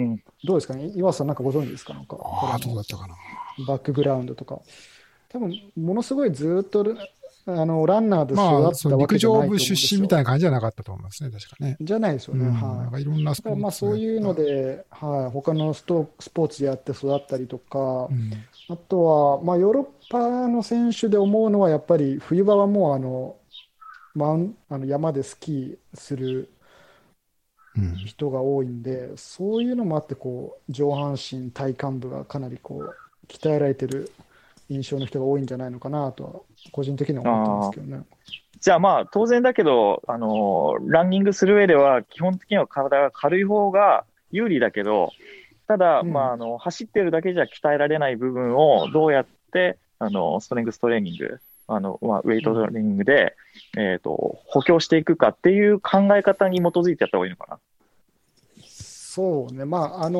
ん。 どうですかね、岩瀬さんなんかご存知ですか、なんか、 ああ、どう彼のだったかな。 バックグラウンドとか。多分、ものすごいずっと、ランナーで育まあ、そう、 ったわけ陸じゃないと思上部出うんですよ。 身みたいな感じじゃなかったと思いますね、確かね。 じゃないですよね、 うん。 はい。 なんかいろんなスだからまあポーツをやっそういうのた。 で、はい、他のスポーツでやって育ったりとか、 うん。 あとは、まあ、ヨーロッパの選手で思うのは、やっぱり冬場はもう山でスキーするうん。 人が多いんで、そういうのもあって、こう上半身、体幹部がかなりこう鍛えられてる印象の人が多いんじゃないのかなとは、個人的には思ってますああ。 けどね。 じゃあまあ、当然だけど、ランニングする上では、基本的には体が軽い方が有利だけど、ただ、まあ、 うん、 走ってるだけじゃ鍛えられない部分をどうやって、ストレングストレーニング、まあ、ウェイトトレーうん。 ニングで、補強していくかっていう考え方に基づいてやった方がいいのかな。 そうね、まあ、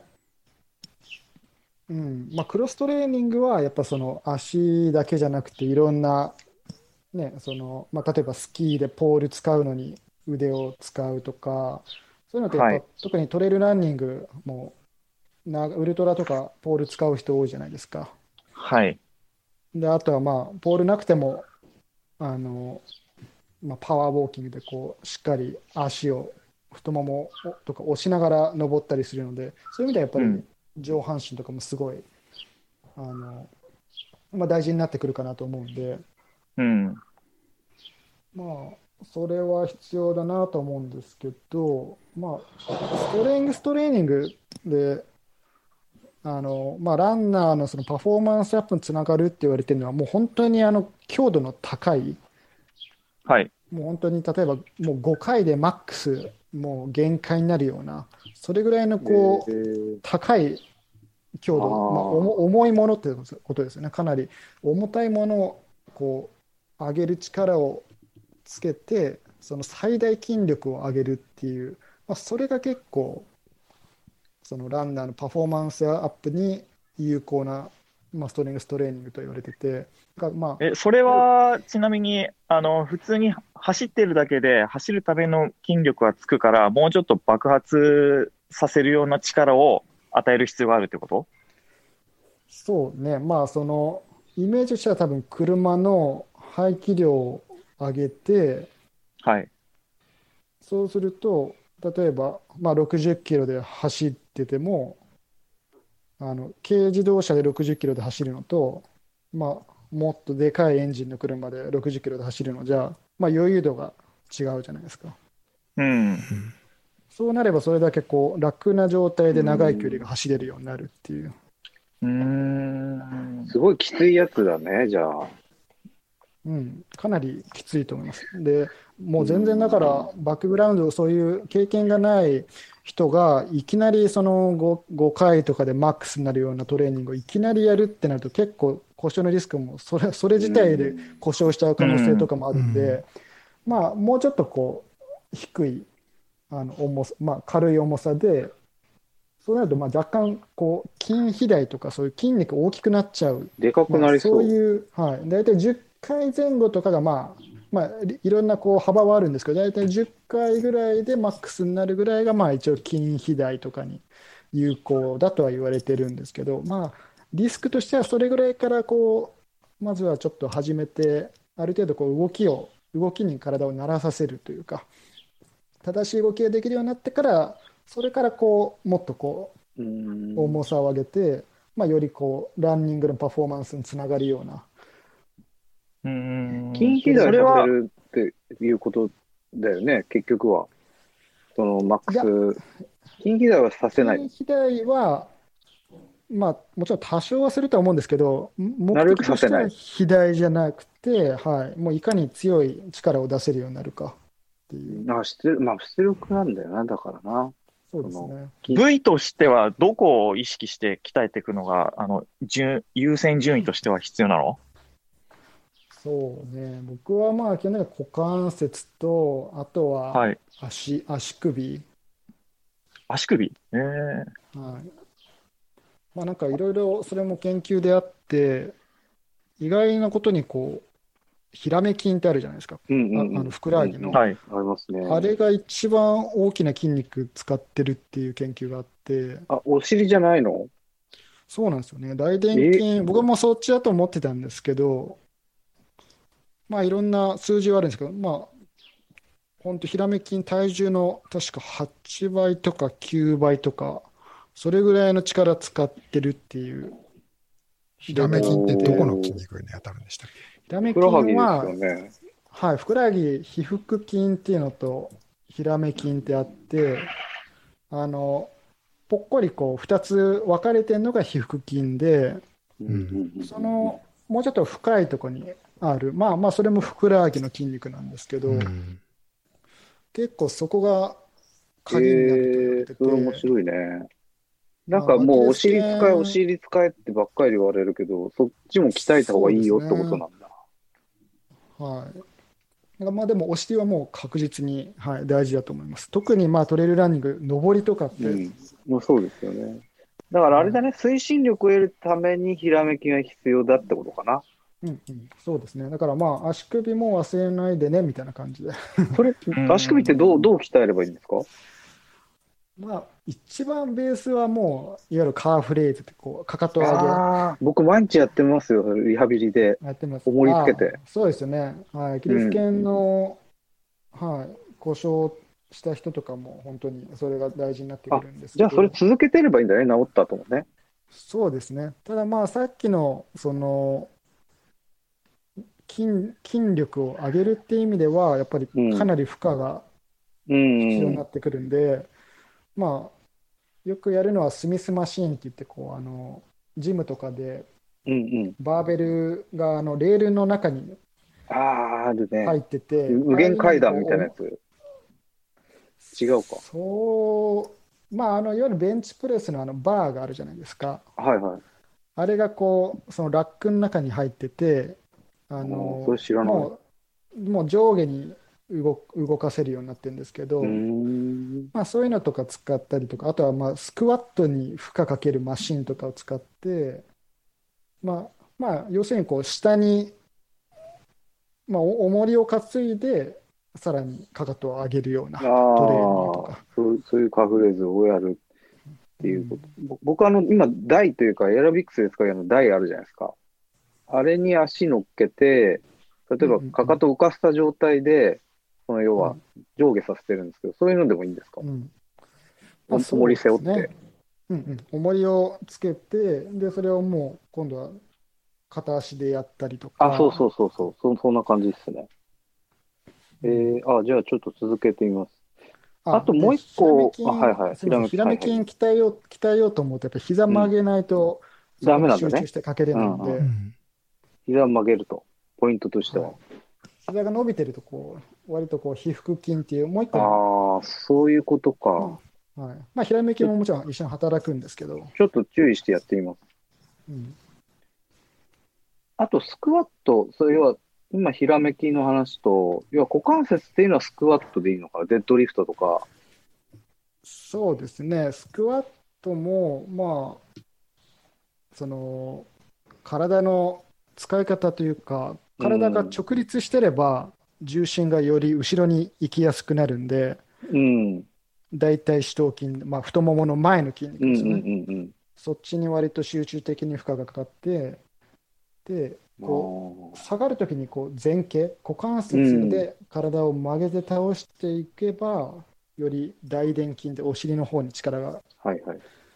うん、まあ、クロストレーニングはやっぱその足だけじゃなくていろんなね、まあ、例えばスキーでポール使うのに腕を使うとか、そういうのってやっぱはい。 特にトレイルランニングもウルトラとかポール使う人多いじゃないですか。 はい。 で、あとはまあ、ポールなくても、あの、まあ、パワーウォーキングでこう、しっかり足を、太ももとか押しながら登ったりするので、そういう意味ではやっぱりうん。 上半身とかもすごい、あの、まあ、大事になってくるかなと思うんで、 うん。 まあ、それは必要だなと思うんですけど、まあ、ストレーニングで、まあ、ランナーのそのパフォーマンスアップにつながるって言われてるのは、もう本当に強度の高い、 はい。 もう本当に例えばもう5回でマックス、もう限界になるような、それぐらいのこうえ高い強度、まあ、 あ重いものってことですよね。かなり重たいものをこう上げる力をつけて、その最大筋力を上げるっていう、まあ、それが結構、そのランナーのパフォーマンスアップに有効な、まあ、ストレングストレーニングと言われてて、まあ、 それある、 は、ちなみに、普通に走ってるだけで、走るための筋力はつくから、もうちょっと爆発させるような力を与える必要があるってこと？ そうね、まあ、イメージとしては多分車の排気量を上げて、 はい。 そうすると、例えば、まあ、60キロで走ってても、軽自動車で60キロで走るのと、まあ、もっとでかいエンジンの車で60キロで走るのじゃ、まあ、余裕度が違うじゃないですか。 うん。 うん。 そうなればそれだけこう楽な状態うで長い距離ん。 が走れるようになるっていう。 うーん。 すごいきついやつだね、じゃあ。 うん、かなりきついと思います。で、もうう全然だかん。 らバックグラウンド、そういう経験がない人がいきなりその5回とかでマックスになるようなトレーニングをいきなりやるってなると結構故障のリスクもそれう自体でん。 故障しちゃう可能性とうん。 かもあうん。 るんで、まあもうちょっとこう低いまあ、軽い重さで、そうなるとまあ若干こう筋肥大とかそういう筋肉大きくなっちゃう、 でかくまあ、 なりそそういう、はい、大体10回前後とかがまあ、いろんなこう幅はあるんですけど、大体10回ぐらいでマックスになるぐらいがまあ一応筋肥大とかに有効だとは言われてるんですけど、まあ、リスクとしてはそれぐらいからこうまずはちょっと始めて、ある程度こう動きに体を慣らさせるというか、正しい動きができるようになってから、それからこうもっとこ重さを上げて、よりこうランニングのパフォーマンスにつながるような。 筋肥大させるっていうことだよね、結局は。そのマックス。筋肥大はさせない。 筋肥大は、もちろん多少はするとは思うんですけど、目なるべ的としては肥大じゃなくて、もういかに強い力を出せるようになるかっていう。 出力なんだよな、だからな。 そうですね。 部位としてはどこを意識して鍛えていくのが、優先順位としては必要なの？ そうね。僕は基本的には股関節と、あとは足首。 足首。 なんかいろいろそれも研究であって、意外なことにこう、ヒラメ筋ってあるじゃないですか。ふくらはぎの。 ありますね。 あれが一番大きな筋肉使ってるっていう研究があって。 お尻じゃないの？ そうなんですよね。大臀筋、僕もそっちだと思ってたんですけど、いろんな数字はあるんですけど、本当ヒラメ筋体重の確か8倍とか9倍とか、それぐらいの力使ってるっていう。 ヒラメ筋ってどこの筋肉に当たるんでしたっけ？ ヒラメ筋は、ふくらはぎ、腓腹筋っていうのと、ヒラメ筋ってあって、ぽっこりこう2つ分かれてるのが腓腹筋で、そのもうちょっと深いところにある、それもふくらはぎの筋肉なんですけど、結構そこが鍵になると言われてて。 それ面白いね。なんかもうお尻使えってばっかり言われるけど、そっちも鍛えた方がいいよってことなんだ。 でもお尻はもう確実に、大事だと思います。特にトレイルランニング、上りとかって。 そうですよね。だからあれだね、推進力を得るためにひらめきが必要だってことかな。 そうですね。だから足首も忘れないでね、みたいな感じで。 それ、足首ってどう鍛えればいいんですか？ 一番ベースはもう、いわゆるカーフレイズって、かかと上げ。 僕毎日やってますよ、リハビリで。 やってます。 重りつけて。 そうですよね。アキレス腱の、故障した人とかも、本当にそれが大事になってくるんですけど。 じゃあ、それ続けてればいいんだね、治った後もね。 そうですね。たださっきの、筋力を上げるっていう意味では、やっぱりかなり負荷が必要になってくるんで、よくやるのはスミスマシーンって言って、ジムとかで、バーベルがレールの中に入ってて、 無限階段みたいなやつ。違うか。 いわゆるベンチプレスのバーがあるじゃないですか。あれがそのラックの中に入ってて、 それ知らない。 もう上下に動かせるようになってるんですけど、そういうのとか使ったりとか、あとはスクワットに負荷かけるマシンとかを使って、要するに下に、重りを担いで、さらにかかとを上げるようなトレーニングとか。 そういうカフレーズをやるっていうこと。僕今、台というか、エアロビクスで使うような台あるじゃないですか。あれに足乗っけて、例えばかかとを浮かせた状態で、その要は上下させてるんですけど、そういうのでもいいんですか？重り背負って。 重りをつけて、で、それをもう今度は片足でやったりとか。 そんな感じですね。じゃあちょっと続けてみます。あともう一個、 ひらめ筋鍛えようと思うと、やっぱり膝曲げないと、 ダメなんだね。 集中してかけれないんで。 膝曲げると、ポイントとしては。 膝が伸びてると、割と腓腹筋っていう、もう一個。 そういうことか。 ひらめきももちろん一緒に働くんですけど。 ちょっと注意してやってみます。あと、スクワット、要は、今、ひらめきの話と、要は股関節っていうのはスクワットでいいのかな、デッドリフトとか。 そうですね、スクワットも、体の使い方というか、体が直立してれば、重心がより後ろに行きやすくなるんで、大腿四頭筋、太ももの前の筋肉ですね。そっちに割と集中的に負荷がかかって、で、下がるときに前傾、股関節で体を曲げて倒していけば、より大臀筋でお尻の方に力が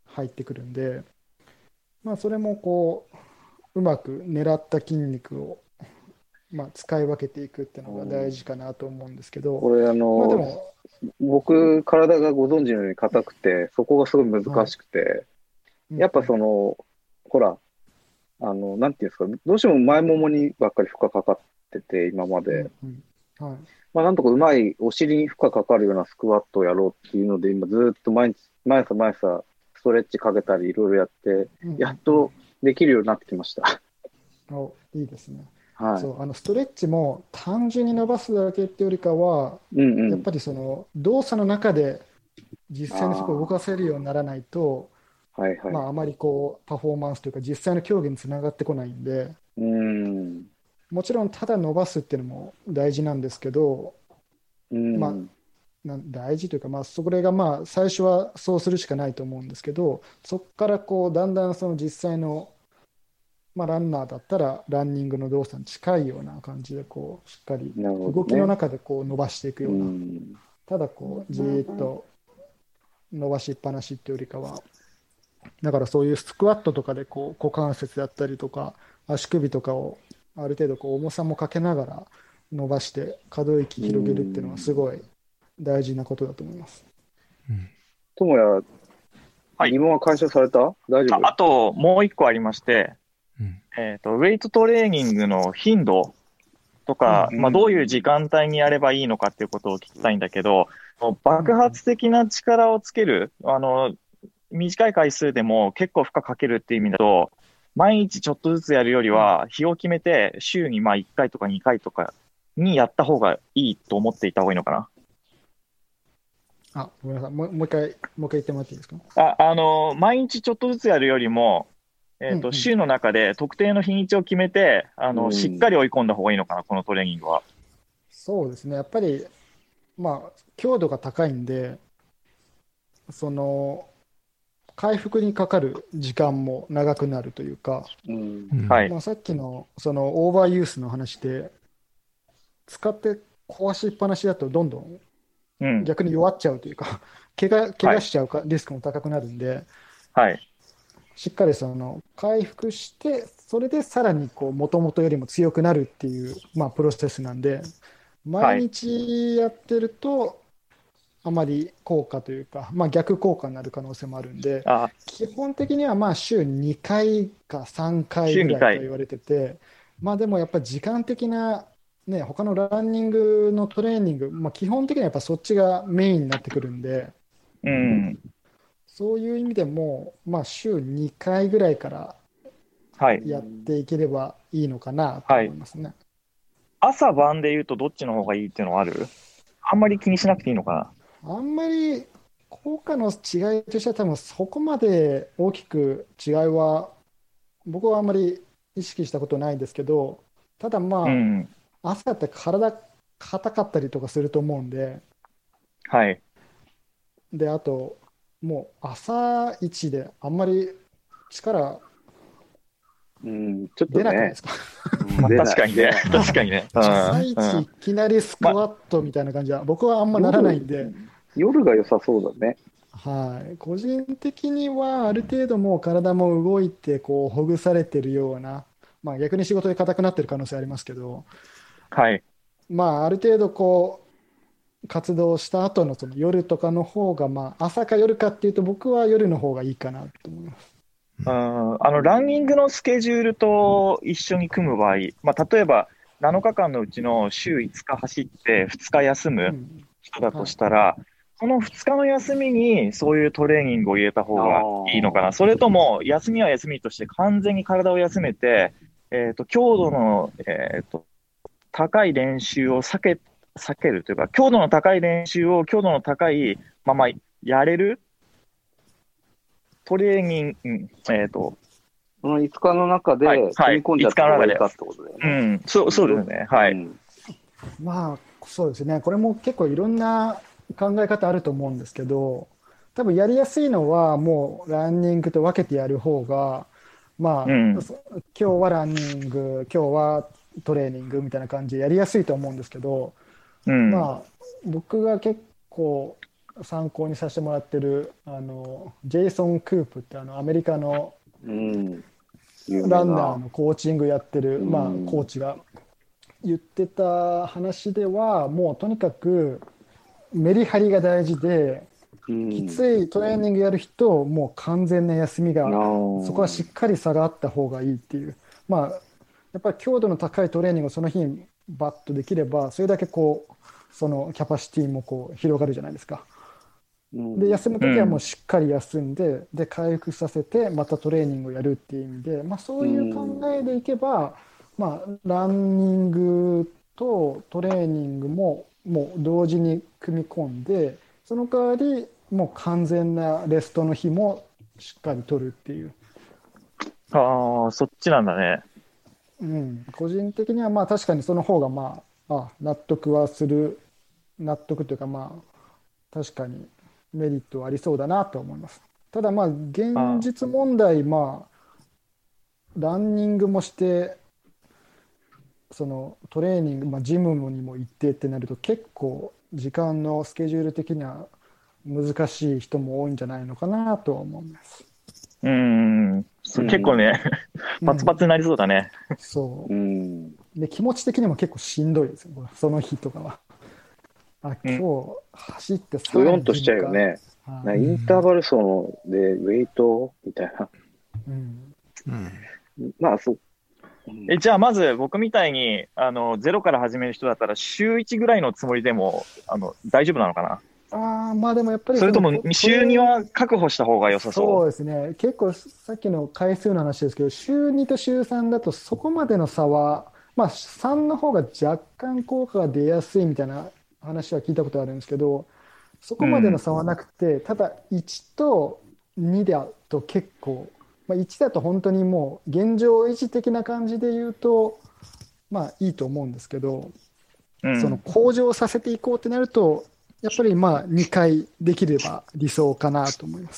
入ってくるんで、まあ、それもこう、うまく狙った筋肉を、まあ、使い分けていくっていうのが大事かなと思うんですけど、 これまあでも、 僕、体がご存知のように硬くて、そこがすごい難しくて、やっぱほら、なんていうんですか、どうしても前ももにばっかり負荷かかってて、今まで。 はい。 まあ、なんとかうまいお尻に負荷かかるようなスクワットをやろうっていうので、今ずっと毎朝ストレッチかけたりいろいろやって、やっとできるようになってきました。 いいですね。 はい。 そう、ストレッチも単純に伸ばすだけっていうよりかは、やっぱりその動作の中で実際にそこを動かせるようにならないと、 はいはい。 まあ、あまりこうパフォーマンスというか実際の競技につながってこないんで、もちろんただ伸ばすっていうのも大事なんですけど、まあ、大事というか、まあ、それがまあ最初はそうするしかないと思うんですけど、そこからこうだんだんその実際の、まあ、ランナーだったらランニングの動作に近いような感じでこうしっかり動きの中でこう伸ばしていくような、ただこうじーっと伸ばしっぱなしっていうよりかは、だからそういうスクワットとかでこう股関節だったりとか足首とかをある程度こう重さもかけながら伸ばして可動域広げるっていうのはすごい大事なことだと思います。 智也、疑問は解消された？大丈夫？ あともう一個ありまして、ウェイトトレーニングの頻度とか、まあ、どういう時間帯にやればいいのかっていうことを聞きたいんだけど、爆発的な力をつける、短い回数でも結構負荷かけるっていう意味だと、毎日ちょっとずつやるよりは、日を決めて週にまあ1回とか2回とかにやった方がいいと思っていた方がいいのかな。 ごめんなさい。もう一回言ってもらっていいですか？ 毎日ちょっとずつやるよりも、週の中で特定の日にちを決めて、しっかり追い込んだ方がいいのかな、このトレーニングは。 そうですね。やっぱり、まあ、強度が高いんで、その、回復にかかる時間も長くなるというか、まあ、さっきのそのオーバーユースの話で、使って壊しっぱなしだとどんどん逆に弱っちゃうというか、怪我しちゃうリスクも高くなるんで、しっかりその回復して、それでさらにもともとよりも強くなるっていう、まあ、プロセスなんで、毎日やってると、あまり効果というか、まあ、逆効果になる可能性もあるんで、基本的にはまあ週2回か3回ぐらいと言われてて、まあ、でもやっぱり時間的な、ね、他のランニングのトレーニング、まあ、基本的にはやっぱそっちがメインになってくるんで、そういう意味でも、まあ、週2回ぐらいからやっていければいいのかなと思いますね。 朝晩で言うとどっちの方がいいっていうのはある？あんまり気にしなくていいのかな？ あんまり効果の違いとしては多分そこまで大きく違いは僕はあんまり意識したことないんですけど、ただまあ、朝って体硬かったりとかすると思うんで、で、あともう朝一であんまり力ちょっと出なくないですか？ 確かにね。確かにね。 朝一いきなりスクワットみたいな感じは僕はあんまならないんで。 夜が良さそうだね。 はい。個人的にはある程度もう体も動いてこうほぐされてるような、まあ逆に仕事で硬くなってる可能性ありますけど、まあある程度こう活動した後のその夜とかの方が、まあ朝か夜かっていうと僕は夜の方がいいかなと思います。 ランニングのスケジュールと一緒に組む場合、まあ、例えば7日間のうちの週5日走って2日休む人だとしたら、その2日の休みにそういうトレーニングを入れた方がいいのかな。それとも休みは休みとして完全に体を休めて、強度の、高い練習を避けるというか、強度の高い練習を強度の高いままやれるトレーニング、 この5日の中で組み込んじゃった方がいいかってことだよね。 そうですね。 まあ、そうですね。これも結構いろんな考え方あると思うんですけど、多分やりやすいのはもうランニングと分けてやる方が、まあ、今日はランニング、今日はトレーニングみたいな感じでやりやすいと思うんですけど、まあ、僕が結構参考にさせてもらってるジェイソン・クープってアメリカのランナーのコーチングやってる、コーチが言ってた話では、もうとにかくメリハリが大事で、きついトレーニングやる人、もう完全な休みが、そこはしっかり差があった方がいいっていう、やっぱり強度の高いトレーニングをその日にバッとできれば、それだけそのキャパシティも広がるじゃないですか。で、休むときはもうしっかり休んで、で、回復させて、またトレーニングをやるっていう意味で、そういう考えでいけば、ランニングとトレーニングももう同時に組み込んで、その代わりもう完全なレストの日もしっかり取るっていう。 ああ、そっちなんだね。 個人的には確かにその方が納得はする、納得というか確かにメリットはありそうだなと思います。ただ現実問題ランニングもしてそのトレーニング、ジムにも行ってってなると結構時間のスケジュール的には難しい人も多いんじゃないのかなとは思います。 結構ね、パツパツになりそうだね。 そう。で、気持ち的にも結構しんどいですよ、その日とかは。今日走ってうよんとしちゃうよね。インターバル走でウェイトみたいな。そう。 じゃあまず僕みたいにゼロから始める人だったら週1ぐらいのつもりでも大丈夫なのかな。 でもやっぱりそれとも週2は確保した方が良さそう。 そうですね。結構さっきの回数の話ですけど、週2と週3だとそこまでの差は、3の方が若干効果が出やすいみたいな話は聞いたことあるんですけど、そこまでの差はなくて、ただ1と2だと結構、1だと本当にもう現状維持的な感じで言うといいと思うんですけど、その向上させていこうってなるとやっぱり2回できれば理想かなと思います。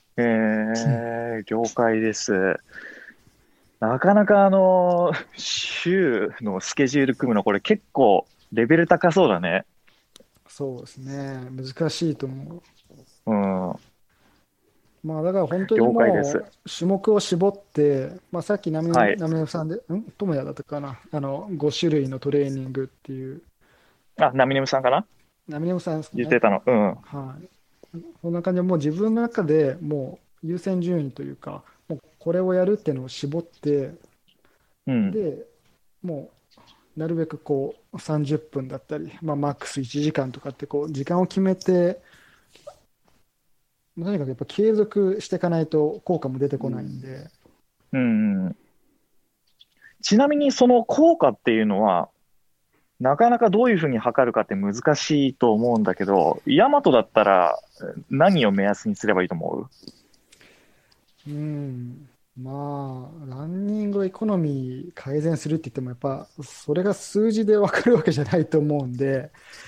了解です。なかなか週のスケジュール組むのこれ結構レベル高そうだね。 そうですね。難しいと思う。だから本当にもう種目を絞って、さっきナミネさんで、友也だったかな、5種類のトレーニングっていう。 ナミネムさんかな。 ナミネムさんですね。 言ってたの。 そんな感じで、もう自分の中でもう優先順位というか、もうこれをやるっていうのを絞って、で、もうなるべく30分だったり、マックス1時間とかって時間を決めて、とにかくやっぱ継続していかないと効果も出てこないんで。 ちなみにその効果っていうのはなかなかどういうふうに測るかって難しいと思うんだけど、ヤマトだったら何を目安にすればいいと思う？ ランニングエコノミー改善するって言ってもやっぱそれが数字で分かるわけじゃないと思うんで、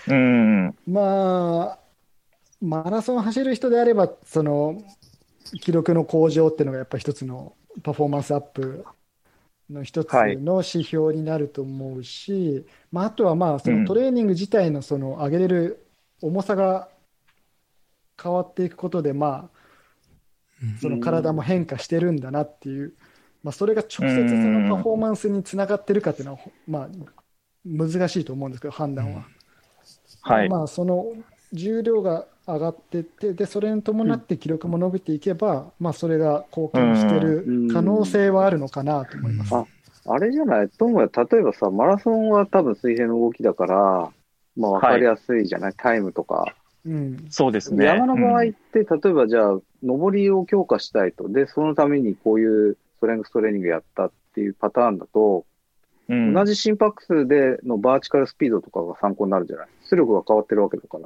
マラソン走る人であればその記録の向上っていうのがやっぱり一つのパフォーマンスアップの一つの指標になると思うし、あとはそのトレーニング自体のその上げれる重さが変わっていくことでその体も変化してるんだなっていう、それが直接そのパフォーマンスにつながってるかっていうのは難しいと思うんですけど、判断は。その重量が上がっていって、でそれに伴って記録も伸びていけば、それが貢献してる可能性はあるのかなと思います。 あれじゃないともや、例えばさ、マラソンは多分水平の動きだから、分かりやすいじゃない、タイムとか。 そうですね。 山の場合って、例えばじゃあ、上りを強化したいと。で、そのためにこういうストレングストレーニングやったっていうパターンだと、同じ心拍数でのバーチカルスピードとかが参考になるじゃない。出力が変わってるわけだから。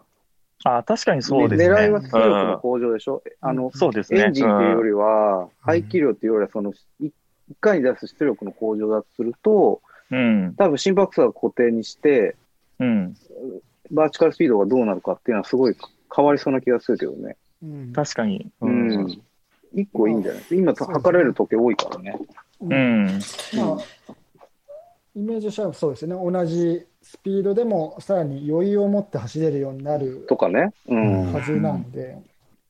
確かにそうですね。 狙いは出力の向上でしょ。 そうですね。 エンジンっていうよりは、排気量っていうよりは、その、1回に出す出力の向上だとすると、多分心拍数は固定にして、バーチカルスピードがどうなるかっていうのはすごい変わりそうな気がするけどね。 確かに。 一個いいんじゃないですか。今測れる時計多いからね。 イメージしたらそうですね、同じスピードでもさらに余裕を持って走れるようになるとかね。 はずなので、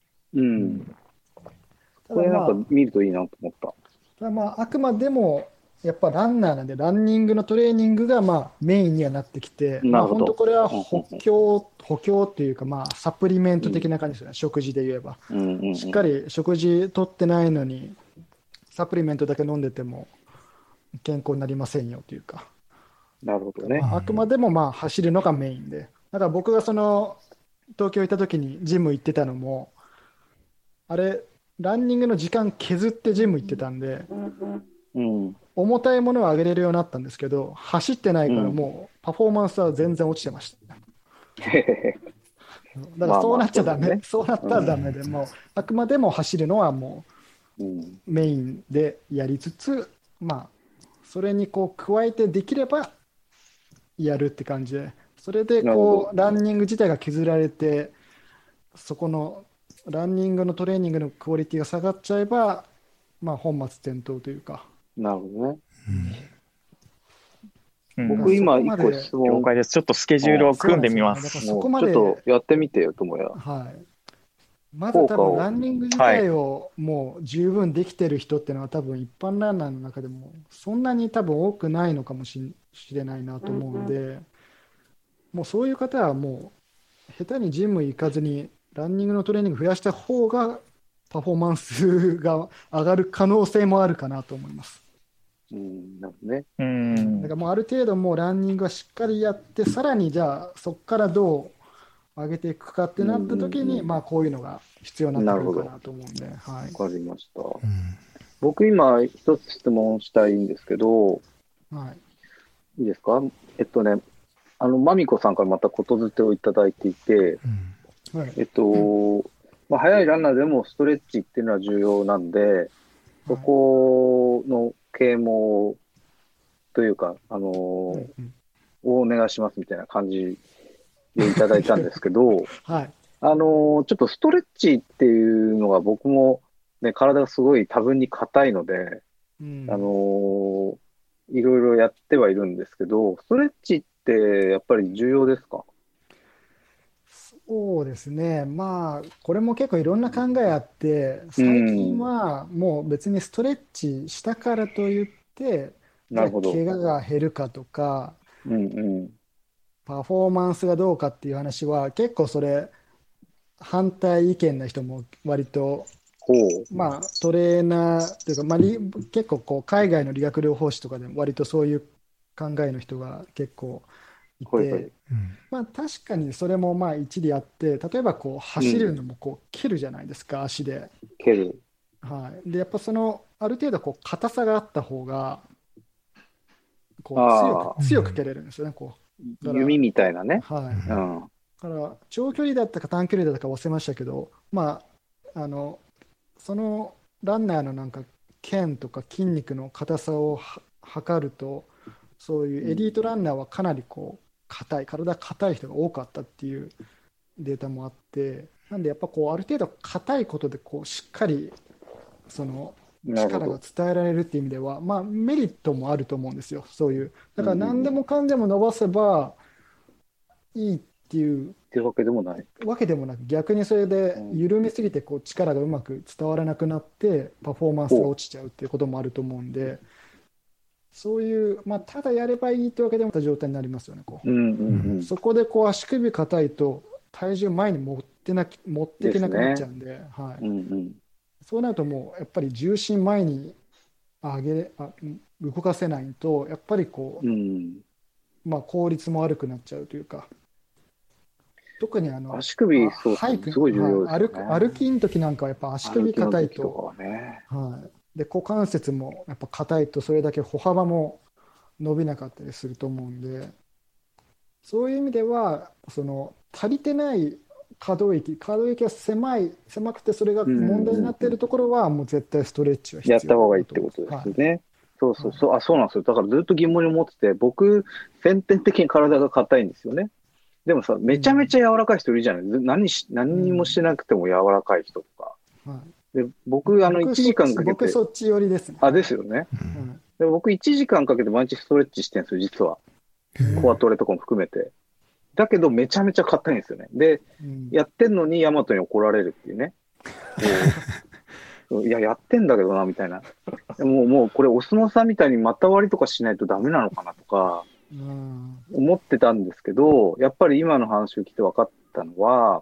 これなんか見るといいなと思った。 ただあくまでもやっぱランナーなんで、ランニングのトレーニングがメインにはなってきて、本当これは補強っていうか、サプリメント的な感じですよね、食事で言えば。しっかり食事取ってないのに、サプリメントだけ飲んでても健康になりませんよというか。 なるほどね。 あくまでも走るのがメインで。だから僕が東京行った時にジム行ってたのも、あれ、ランニングの時間削ってジム行ってたんで、重たいものは上げれるようになったんですけど、走ってないからもうパフォーマンスは全然落ちてました。だからそうなっちゃダメ、そうなったらダメで、もうあくまでも走るのはもうメインでやりつつ、それに加えてできればやるって感じで、それでランニング自体が削られて、そこのランニングのトレーニングのクオリティが下がっちゃえば、本末転倒というか。 なるほどね。僕今一個質問。 了解です。ちょっとスケジュールを組んでみます。 ちょっとやってみてよ、ともや。 まず多分ランニング自体をもう十分できてる人っていうのは多分一般ランナーの中でもそんなに多分多くないのかもしれないなと思うので、もうそういう方はもう下手にジム行かずにランニングのトレーニング増やした方がパフォーマンスが上がる可能性もあるかなと思います。 なるほどね。 だからもうある程度もうランニングはしっかりやって、さらにじゃあそこからどう上げていくかってなった時に、こういうのが必要になってくるかなと思うんで。わかりました。僕今一つ質問したいんですけど、いいですか？マミコさんからまたことづてをいただいていて、速いランナーでもストレッチっていうのは重要なんで、そこの啓蒙というか、をお願いしますみたいな感じでいただいたんですけど、ちょっとストレッチっていうのが僕も、ね、体がすごい多分に硬いので、いろいろやってはいるんですけど、ストレッチってやっぱり重要ですか？ そうですね、これも結構いろんな考えあって、最近はもう別にストレッチしたからといって、怪我が減るかとか、パフォーマンスがどうかっていう話は、結構それ、反対意見な人も割と、トレーナーというか、結構海外の理学療法士とかでも割とそういう考えの人が結構いて、確かにそれも一理あって、例えば走るのも蹴るじゃないですか、足で。 蹴る。 でやっぱある程度硬さがあった方が強く蹴れるんですよね。 弓みたいなね。 だから長距離だったか短距離だったか忘れましたけど、そのランナーの腱とか筋肉の硬さを測ると、そういうエリートランナーはかなり体硬い人が多かったっていうデータもあって、なんでやっぱある程度硬いことでしっかりその力が伝えられるっていう意味では、メリットもあると思うんですよ。そういうだから何でもかんでも伸ばせばいいっていうわけでもないわけでもなく、逆にそれで緩みすぎて力がうまく伝わらなくなってパフォーマンスが落ちちゃうっていうこともあると思うんで、そういう、ただやればいいってわけでもない状態になりますよね。そこで足首硬いと体重前に持っていけなくなっちゃうんで、そうなるともうやっぱり重心前に動かせないと、やっぱり効率も悪くなっちゃうというか、特に足首、すごい重要ですね。 歩きの時なんかはやっぱ足首硬いと、で股関節もやっぱ硬いと、それだけ歩幅も伸びなかったりすると思うんで、そういう意味では足りてない可動域が狭くてそれが問題になっているところはもう絶対ストレッチは必要やった方がいいってことですね。そうなんですよ。だからずっと疑問に思ってて、僕先天的に体が硬いんですよね。でもさ、めちゃめちゃ柔らかい人いるじゃない。何にもしなくても柔らかい人とか。で僕1時間かけて。 僕そっち寄りですね。 ですよね。 で僕1時間かけて毎日ストレッチしてるんですよ、実は。コアトレとかも含めて。だけどめちゃめちゃ硬いんですよね。で、やってんのにヤマトに怒られるっていうね。いや、やってんだけどな、みたいな。もうこれお相撲さんみたいに股割りとかしないとダメなのかなとか、思ってたんですけど、やっぱり今の話を聞いて分かったのは、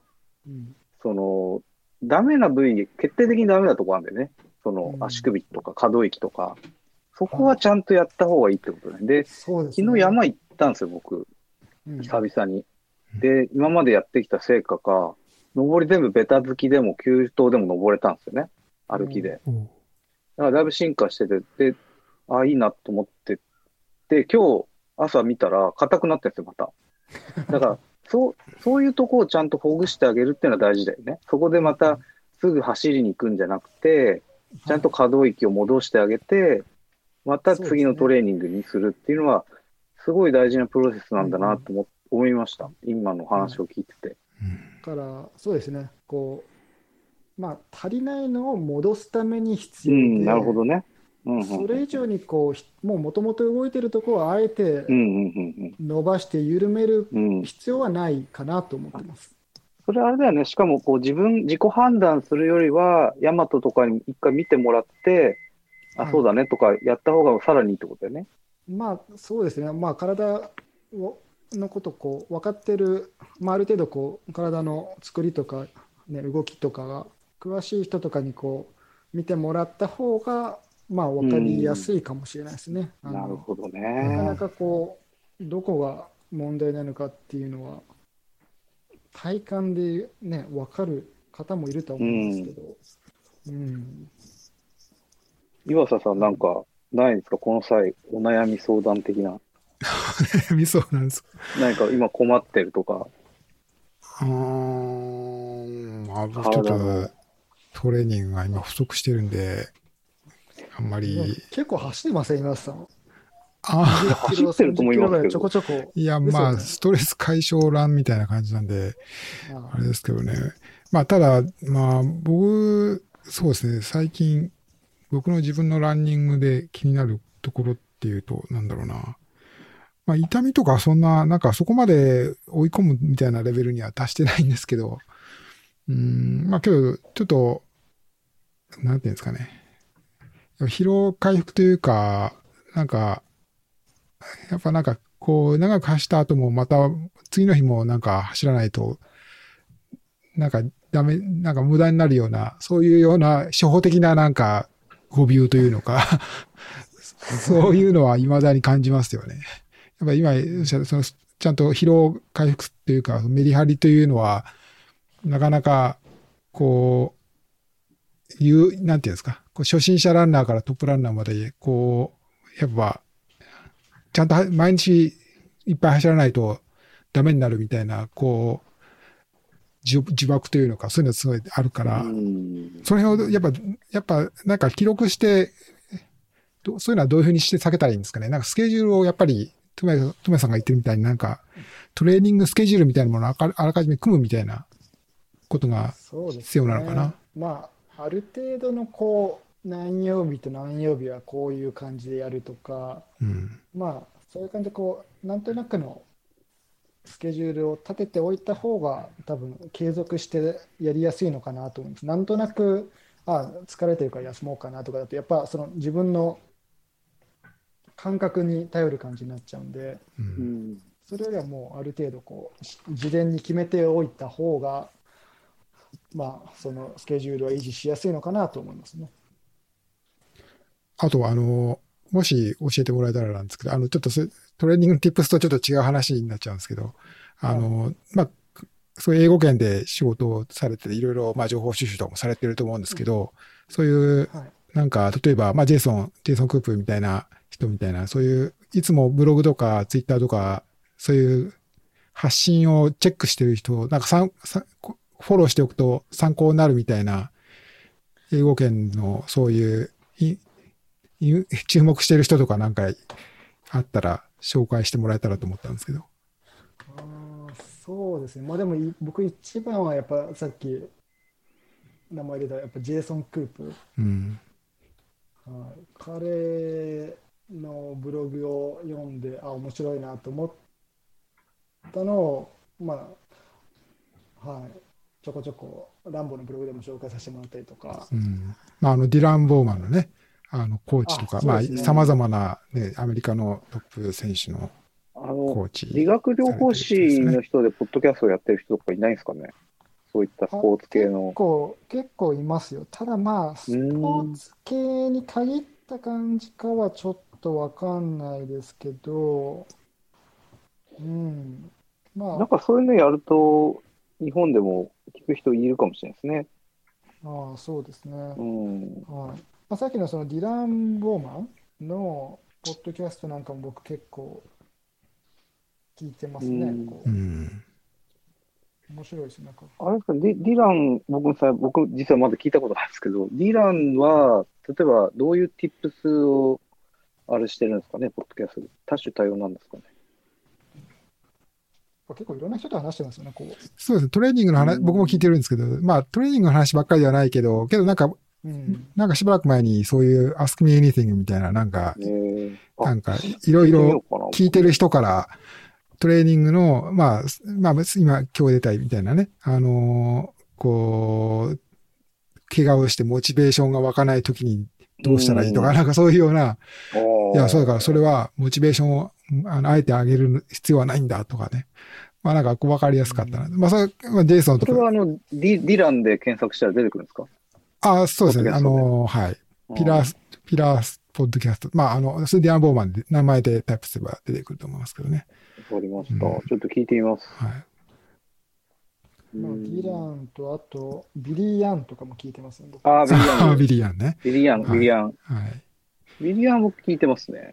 ダメな部位、決定的にダメなとこあるんだよね。足首とか可動域とか。そこはちゃんとやった方がいいってことね。で、昨日山行ったんですよ、僕。久々に。で、今までやってきた成果か、登り全部ベタ好きでも急登でも登れたんですよね。歩きで。だからだいぶ進化してて、で、いいなと思ってで、今日朝見たら硬くなってるんですよ、また。だから、そういうとこをちゃんとほぐしてあげるっていうのは大事だよね。そこでまたすぐ走りに行くんじゃなくて、ちゃんと可動域を戻してあげて、また次のトレーニングにするっていうのは、すごい大事なプロセスなんだなと思いました。今の話を聞いてて。 だから、そうですね。足りないのを戻すために必要で、 なるほどね。 それ以上にもう元々動いてるところをあえて伸ばして緩める必要はないかなと思ってます。 それあれだよね。しかも自己判断するよりは、ヤマトとかに一回見てもらって、そうだねとかやった方がさらにいいってことだよね。 そうですね。体のこと分かってる、ある程度体の作りとか、動きとかが詳しい人とかに見てもらった方が、分かりやすいかもしれないですね。 なるほどね。 なかなかどこが問題なのかっていうのは、体感でね、分かる方もいると思うんですけど。 岩佐さん、なんかないんですか、この際、お悩み相談的な。 悩みそうなんですか。 何か今困ってるとか。 ちょっとトレーニングが今不足してるんで、あんまり。 結構走ってません、岩佐さん。 走ってると思いますけど。 ちょこちょこ。 いや、ストレス解消ランみたいな感じなんで、あれですけどね。ただ、僕、そうですね、最近、僕の自分のランニングで気になるところっていうと、なんだろうな。痛みとかそんな、そこまで追い込むみたいなレベルには達してないんですけど、けど、ちょっと、なんていうんですかね。疲労回復というか、やっぱ長く走った後もまた次の日も走らないと、ダメ、無駄になるような、そういうような初歩的な誤謬というのか、そういうのは未だに感じますよね。やっぱ今、ちゃんと疲労回復というか、メリハリというのは、なかなか、なんていうんですか、初心者ランナーからトップランナーまで、やっぱ、ちゃんと毎日いっぱい走らないとダメになるみたいな、呪縛というのか、そういうのすごいあるから、その辺をやっぱ記録して、そういうのはどういうふうにして避けたらいいんですかね。スケジュールをやっぱり、トメさんが言ってるみたいにトレーニングスケジュールみたいなものをあらかじめ組むみたいなことが必要なのかな。 ある程度の何曜日と何曜日はこういう感じでやるとか、そういう感じでなんとなくのスケジュールを立てておいた方が多分継続してやりやすいのかなと思います。なんとなく疲れてるから休もうかなとかだとやっぱ自分の感覚に頼る感じになっちゃうんで、それよりはもうある程度事前に決めておいた方がそのスケジュールは維持しやすいのかなと思いますね。 あともし教えてもらえたらなんですけど、ちょっとトレーニングの tips とちょっと違う話になっちゃうんですけど、そういう英語圏で仕事をされてて、いろいろ情報収集とかもされてると思うんですけど、そういう、例えば、ジェイソン・クープみたいな人みたいな、そういう、いつもブログとかツイッターとか、そういう発信をチェックしてる人、フォローしておくと参考になるみたいな、英語圏のそういう注目してる人とかあったら紹介してもらえたらと思ったんですけど。 そうですね。でも僕一番はやっぱさっき名前出たやっぱジェイソン・クープ。彼のブログを読んで、面白いなと思ったのを、はい、ちょこちょこランボのブログでも紹介させてもらったりとか。 ディラン・ボーマンのね、コーチとか、様々な、ね、アメリカのトップ選手のコーチ。 理学療法士の人でポッドキャストをやってる人とかいないんですかね。そういったスポーツ系の。 結構いますよ。ただスポーツ系に限った感じかはちょっとわかんないですけど、 なんかそういうのやると、日本でも聞く人いるかもしれないですね。 そうですね。さっきのそのディラン・ボーマンのポッドキャストなんかも僕結構聞いてますね。面白いですね。 あれですか、ディラン、僕実はまだ聞いたことないですけど、ディランは、例えばどういう tips をあれしてるんですかね、ポッドキャストで。多種多様なんですかね。 結構いろんな人と話してますよね、 そうですね、トレーニングの話、僕も聞いてるんですけど、トレーニングの話ばっかりではないけどなんかしばらく前にそういう Ask Me Anything みたいな、なんかいろいろ聞いてる人から、トレーニングの、今日出たいみたいなね、怪我をしてモチベーションが湧かないときにどうしたらいいとか、なんかそういうような、そうだからそれはモチベーションを、あえて上げる必要はないんだとかね。なんかわかりやすかったな。それ、ジェイソンとか。 それはディランで検索したら出てくるんですか？ そうですね。はい。ピラーポッドキャスト。それディラン・ボーマンで名前でタイプすれば出てくると思いますけどね。 わかりました。ちょっと聞いてみます。 はい。 ディランと、あと、ビリー・アンとかも聞いてますね。 ビリー・アンね。 ビリー・アン。 はい。 ビリー・アン僕聞いてますね。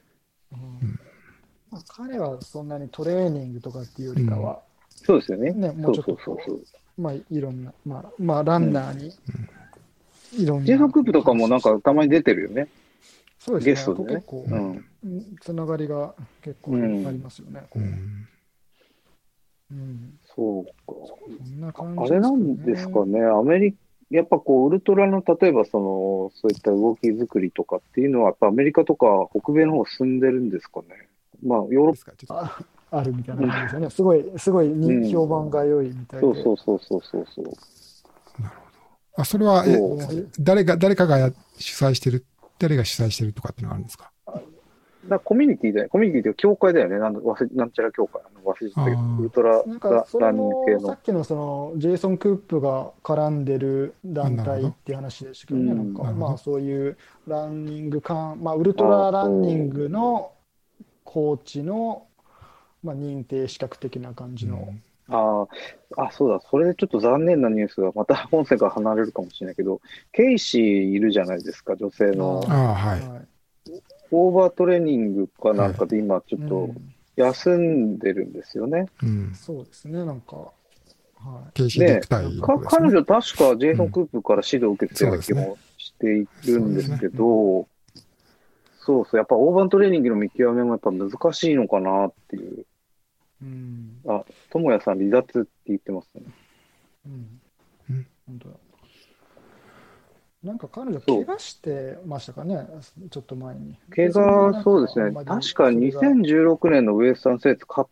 彼はそんなにトレーニングとかっていうよりかは、 そうですよね。 もうちょっといろんな、ランナーに、いろんな。 ジェイソン・クープとかもなんかたまに出てるよね。 そうですね。 ゲストでね。 結構、つながりが結構ありますよね。 そうか。 そんな感じあれなんですかね。やっぱウルトラの、例えばそういった動き作りとかっていうのは、やっぱアメリカとか北米の方進んでるんですかね。ヨーロッパあるみたいな感じですよね。すごい評判が良いみたいで。 そう。 なるほど。それは、誰が主催してるとかっていうのがあるんですか？ コミュニティで協会だよね。なんちゃら協会。ウルトラランニング系の。さっきのジェイソン・クープが絡んでる団体っていう話でしたけどね。そういうランニングウルトラランニングのコーチの、認定資格的な感じの。 そうだ。それでちょっと残念なニュースが、また本線から離れるかもしれないけど、ケイシーいるじゃないですか、女性の。オーバートレーニングかなんかで今ちょっと休んでるんですよね。 そうですね、なんか。 ケイシーディクタイ。 彼女確かジェイソン・クープから指導を受けてたような気もしているんですけど、やっぱオーバートレーニングの見極めもやっぱ難しいのかなっていう。智也さん離脱って言ってますね。 本当だ。なんか彼女怪我してましたかね、ちょっと前に。 怪我、そうですね。確か2016年のウエスタンステーツ勝って、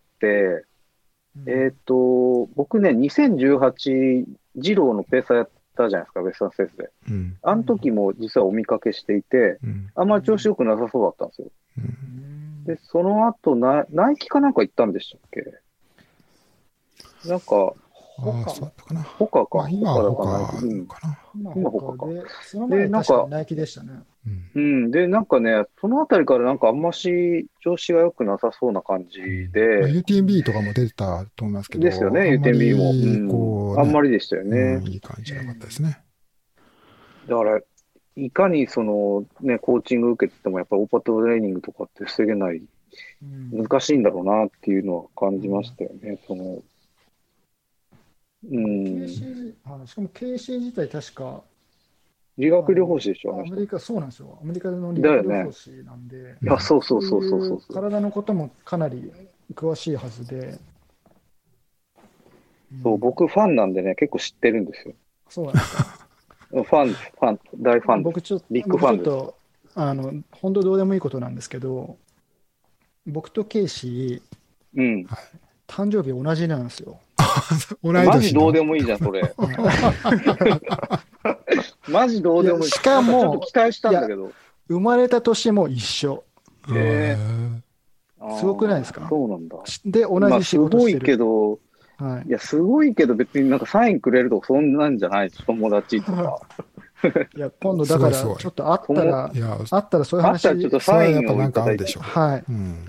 僕ね、2018二郎のペーサーやったじゃないですか、ウエスタンステーツで。あの時も実はお見かけしていて、あんまり調子よくなさそうだったんですよ。で、その後ナイキかなんか行ったんでしたっけ？なんか、ホカか。 今はホカかな。 今ホカか。その前確かナイキでしたね。 で、なんかね、そのあたりからなんかあんまし調子が良くなさそうな感じで。 UTMB とかも出てたと思いますけど。 ですよね、UTMB も。あんまりでしたよね。 いい感じじゃなかったですね。 だから、いかにコーチング受けてても、やっぱりオーバートレーニングとかって防げない、難しいんだろうなっていうのは感じましたよね。 しかも KC 自体確か理学療法士でしょ、 アメリカ、そうなんですよ。アメリカの理学療法士なんで、 そう体のこともかなり詳しいはずで。 僕ファンなんでね、結構知ってるんですよ。 そうなんですか。 大ファン。 僕ちょっと、 ビッグファンです。 本当どうでもいいことなんですけど、僕とケイシー、 うん。 誕生日同じなんですよ。 同いマジ年の。 どうでもいいじゃん、それ。マジどうでもいい。 しかもちょっと期待したんだけど。 生まれた年も一緒。 えすごくないですか？ そうなんだ。 で、同じ仕事してる。 すごいけど、 はい。 いや、すごいけど別になんかサインくれるとかそんなんじゃない友達とか。 いや、今度だから、ちょっと会ったらそういう話。 あったらちょっとサインをなんいただいて。 かあるでしょ。 はい。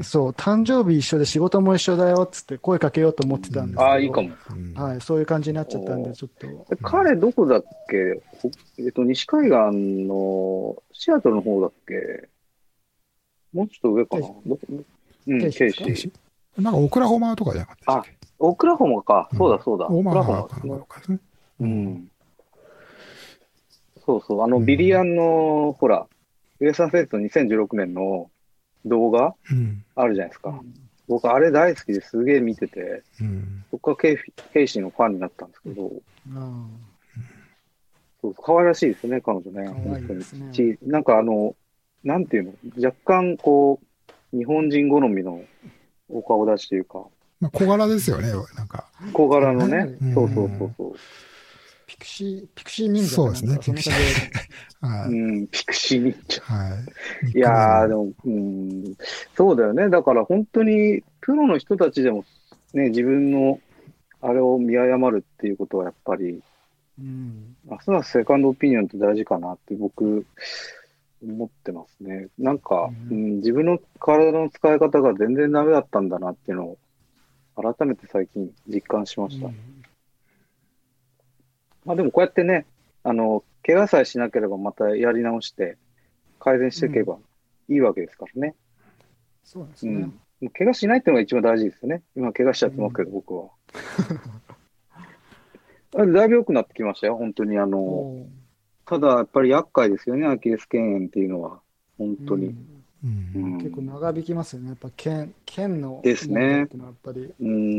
そう、誕生日一緒で仕事も一緒だよっつって声かけようと思ってたんですけど。 ああ、いいかも。 はい、そういう感じになっちゃったんで、ちょっと。 彼どこだっけ？西海岸のシアトルの方だっけ？もうちょっと上かな？ケイシー。 なんかオクラホマとかじゃなかったっけ？ オクラホマか。そうだ。オクラホマですね。 そう、ビリアンの、ほら、ウエスタンフェイスの2016年の動画あるじゃないですか。僕、あれ大好きですげえ見てて、僕はケイシーのファンになったんですけど、そう可愛らしいですね、彼女ね。本当に。なんかなんていうの、若干こう、日本人好みのお顔立ちというか。 小柄ですよね、なんか。 小柄のね。そう。 ピクシー忍者。 そうですね、 ピクシー忍者。いやー、でも、そうだよね。だから本当に、プロの人たちでも、ね、自分の、あれを見誤るっていうことはやっぱり、ますますセカンドオピニオンって大事かなって僕、思ってますね。なんか、自分の体の使い方が全然ダメだったんだなっていうのを、改めて最近実感しました。まあでもこうやってね、怪我さえしなければまたやり直して改善していけばいいわけですからね。 そうですね。 怪我しないっていうのが一番大事ですよね。今怪我しちゃってますけど、僕は。だいぶ良くなってきましたよ、本当にただやっぱり厄介ですよね、アキレス腱炎っていうのは。本当に。 結構長引きますよね。やっぱ腱のですね。 やっぱり。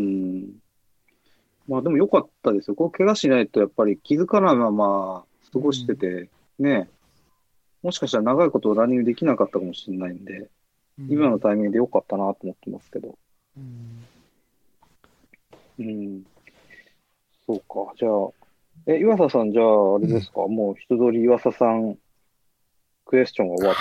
まあでも良かったですよ。怪我しないとやっぱり気づかないまま過ごしてて、ね、もしかしたら長いことランニングできなかったかもしれないんで、今のタイミングで良かったなと思ってますけど。そうか。じゃあ、岩佐さん、じゃああれですか、もう一通り岩佐さん、クエスチョンが終わった。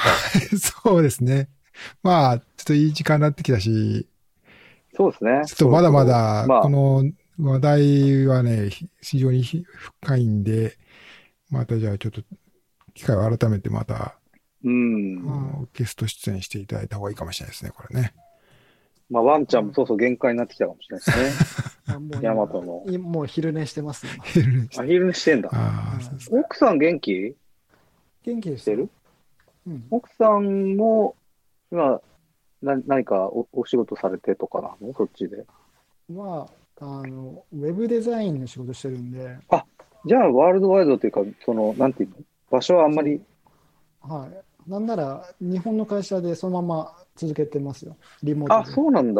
そうですね。まあ、ちょっといい時間になってきたし、 そうですね。 ちょっとまだまだ、この話題はね、非常に深いんで、またじゃあちょっと、機会を改めてまた、ゲスト出演していただいた方がいいかもしれないですね、これね。 まあ、ワンちゃんもそうそう限界になってきたかもしれないですね。ヤマトの。 もう昼寝してます、 昼寝してんだ。奥さん元気？ 元気してる？奥さんも、今、何かお仕事されてとかなの？そっちで。 まあ、ウェブデザインの仕事してるんで。 じゃあ、ワールドワイドというか、なんていうの？場所はあんまり。 はい。なんなら、日本の会社でそのまま続けてますよ。リモートで。 そうなんだ。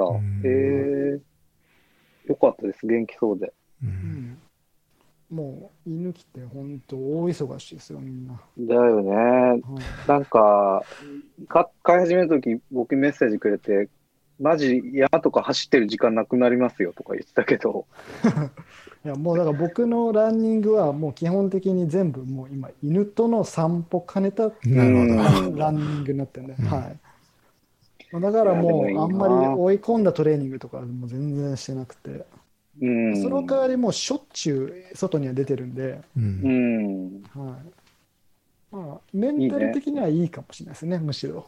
よかったです。元気そうで。 もう、居抜きって本当大忙しいですよ、みんな。 だよね。なんか、買い始めるとき、僕にメッセージくれて、マジ山とか走ってる時間なくなりますよとか言ってたけど。 いや、もうだから僕のランニングはもう基本的に全部もう今、犬との散歩兼ねたランニングになってるんで、はい。だからもうあんまり追い込んだトレーニングとかも全然してなくて。その代わりもうしょっちゅう外には出てるんで、はい。まあ、メンタル的にはいいかもしれないですね、むしろ。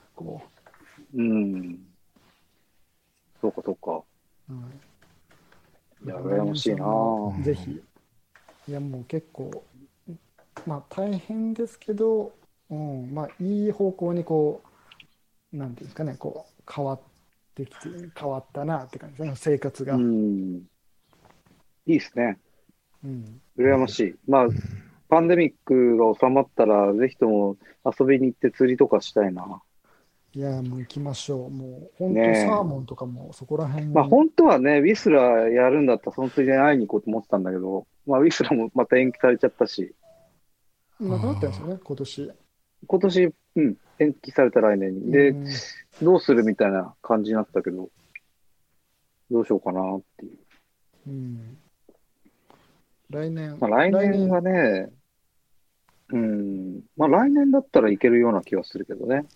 そうか、そうか。いや、羨ましいな。 ぜひ。いや、もう結構、まあ大変ですけど、まあいい方向にこう、なんていうんですかね、こう、変わったなって感じですね、生活が。 いいですね。羨ましい。まあ、パンデミックが収まったら、ぜひとも遊びに行って釣りとかしたいな。 いや、もう行きましょう。もう、本当サーモンとかもそこら辺に。 まあ、本当はね、ウィスラーやるんだったら、そのついでに会いに行こうと思ってたんだけど、まあ、ウィスラーもまた延期されちゃったし。 なくなったんですよね、今年。 今年、延期された来年に。で、どうするみたいな感じになったけど、どうしようかなっていう。 来年。 来年はね、来年だったらいけるような気はするけどね。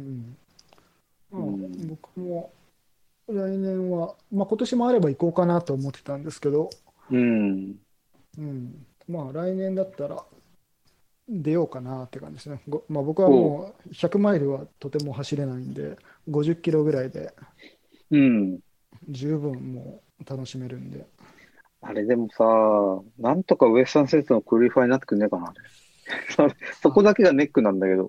僕も来年は、今年もあれば行こうかなと思ってたんですけど、来年だったら出ようかなって感じですね。僕はもう100マイルはとても走れないんで、50キロぐらいで、十分もう楽しめるんで。 あれでもさ、なんとかウエスタンステーツのクオリファイになってくんねえかな。そこだけがネックなんだけど。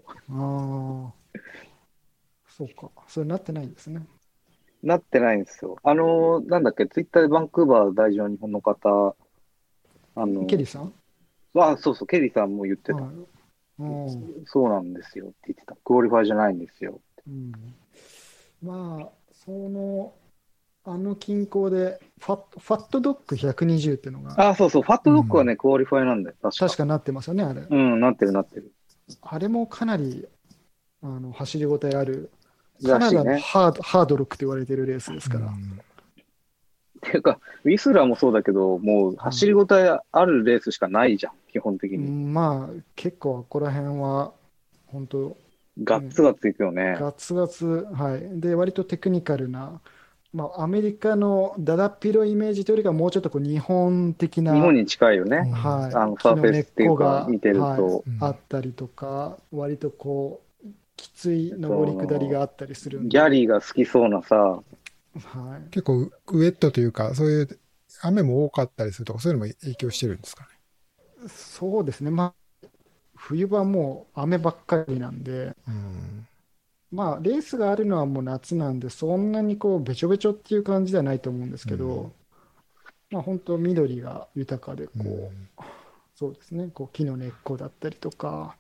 そうか。それなってないんですね。 なってないんですよ。なんだっけ、ツイッターでバンクーバー在住の日本の方、 ケリーさんそうそう、ケリーさんも言ってた。そうなんですよって言ってた。クオリファイじゃないんですよ。 近郊でファットドッグ120っていうのが。 そうそう、ファットドッグはね、クオリファイなんだよ。 確かなってますよね、あれ。 なってるなってる。 あれもかなり、走りごたえある。カナダのハードロックと言われてるレースですから。 っていうか、ウィスラーもそうだけど、もう走りごたえあるレースしかないじゃん、基本的に。 結構、ここら辺は、本当ガッツガツいくよね。 ガツガツ、はい。で、割とテクニカルな、アメリカのだだっ広いイメージというよりかは、もうちょっと日本的な。 日本に近いよね。 はい。 サーフェスっていうか、見てると。 あったりとか、割ときつい上り下りがあったりするんで。 ギャリーが好きそうなさ。 結構ウェットというか、そういう雨も多かったりするとか、そういうのも影響してるんですかね。 そうですね。冬場もう雨ばっかりなんで、レースがあるのはもう夏なんで、そんなにべちょべちょっていう感じではないと思うんですけど、本当緑が豊かで、そうですね、木の根っこだったりとか、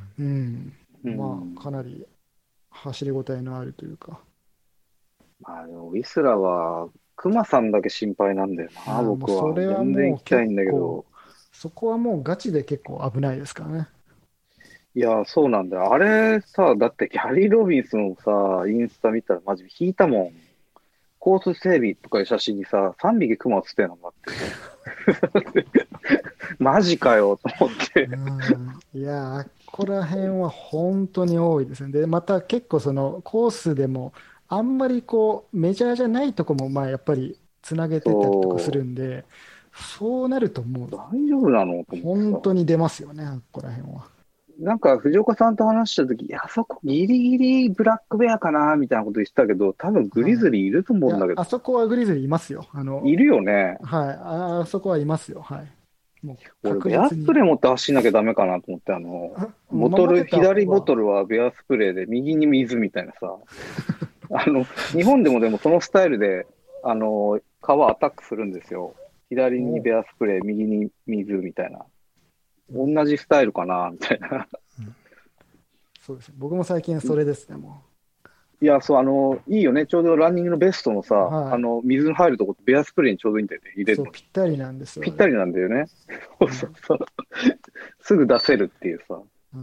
かなり走りごたえのあるというか。 でもウィスラは、クマさんだけ心配なんだよな、僕は。 それは全然行きたいんだけど。 そこはもうガチで結構危ないですからね。 いや、そうなんだよ。あれさ、だってギャリー・ロビンスのさ、インスタ見たらマジ引いたもん。コース整備とかいう写真にさ、3匹クマ写ってんのがあって。マジかよ、と思って。 いや、ここら辺は本当に多いですね。で、また結構コースでも、あんまりメジャーじゃないとこも、やっぱりつなげてたりとかするんで、そうなるともう、 大丈夫なのと思って。 本当に出ますよね、ここら辺は。 なんか、藤岡さんと話したとき、あそこギリギリブラックベアかなみたいなこと言ってたけど、多分グリズリーいると思うんだけど。 あそこはグリズリーいますよ。 いるよね。 はい。あそこはいますよ。はい。 もう俺、ベアスプレー持って走んなきゃダメかなと思って、左ボトルはベアスプレーで、右に水みたいなさ。日本でもそのスタイルで、川アタックするんですよ。左にベアスプレー、右に水みたいな。同じスタイルかなみたいな。 そうです。僕も最近それですね、もう。いや、そう、いいよね。ちょうどランニングのベストのさ、水の入るとこベアスプレーにちょうどいいんだよね。入れるの。 ぴったりなんですよ。 ぴったりなんだよね。そう。すぐ出せるっていうさ。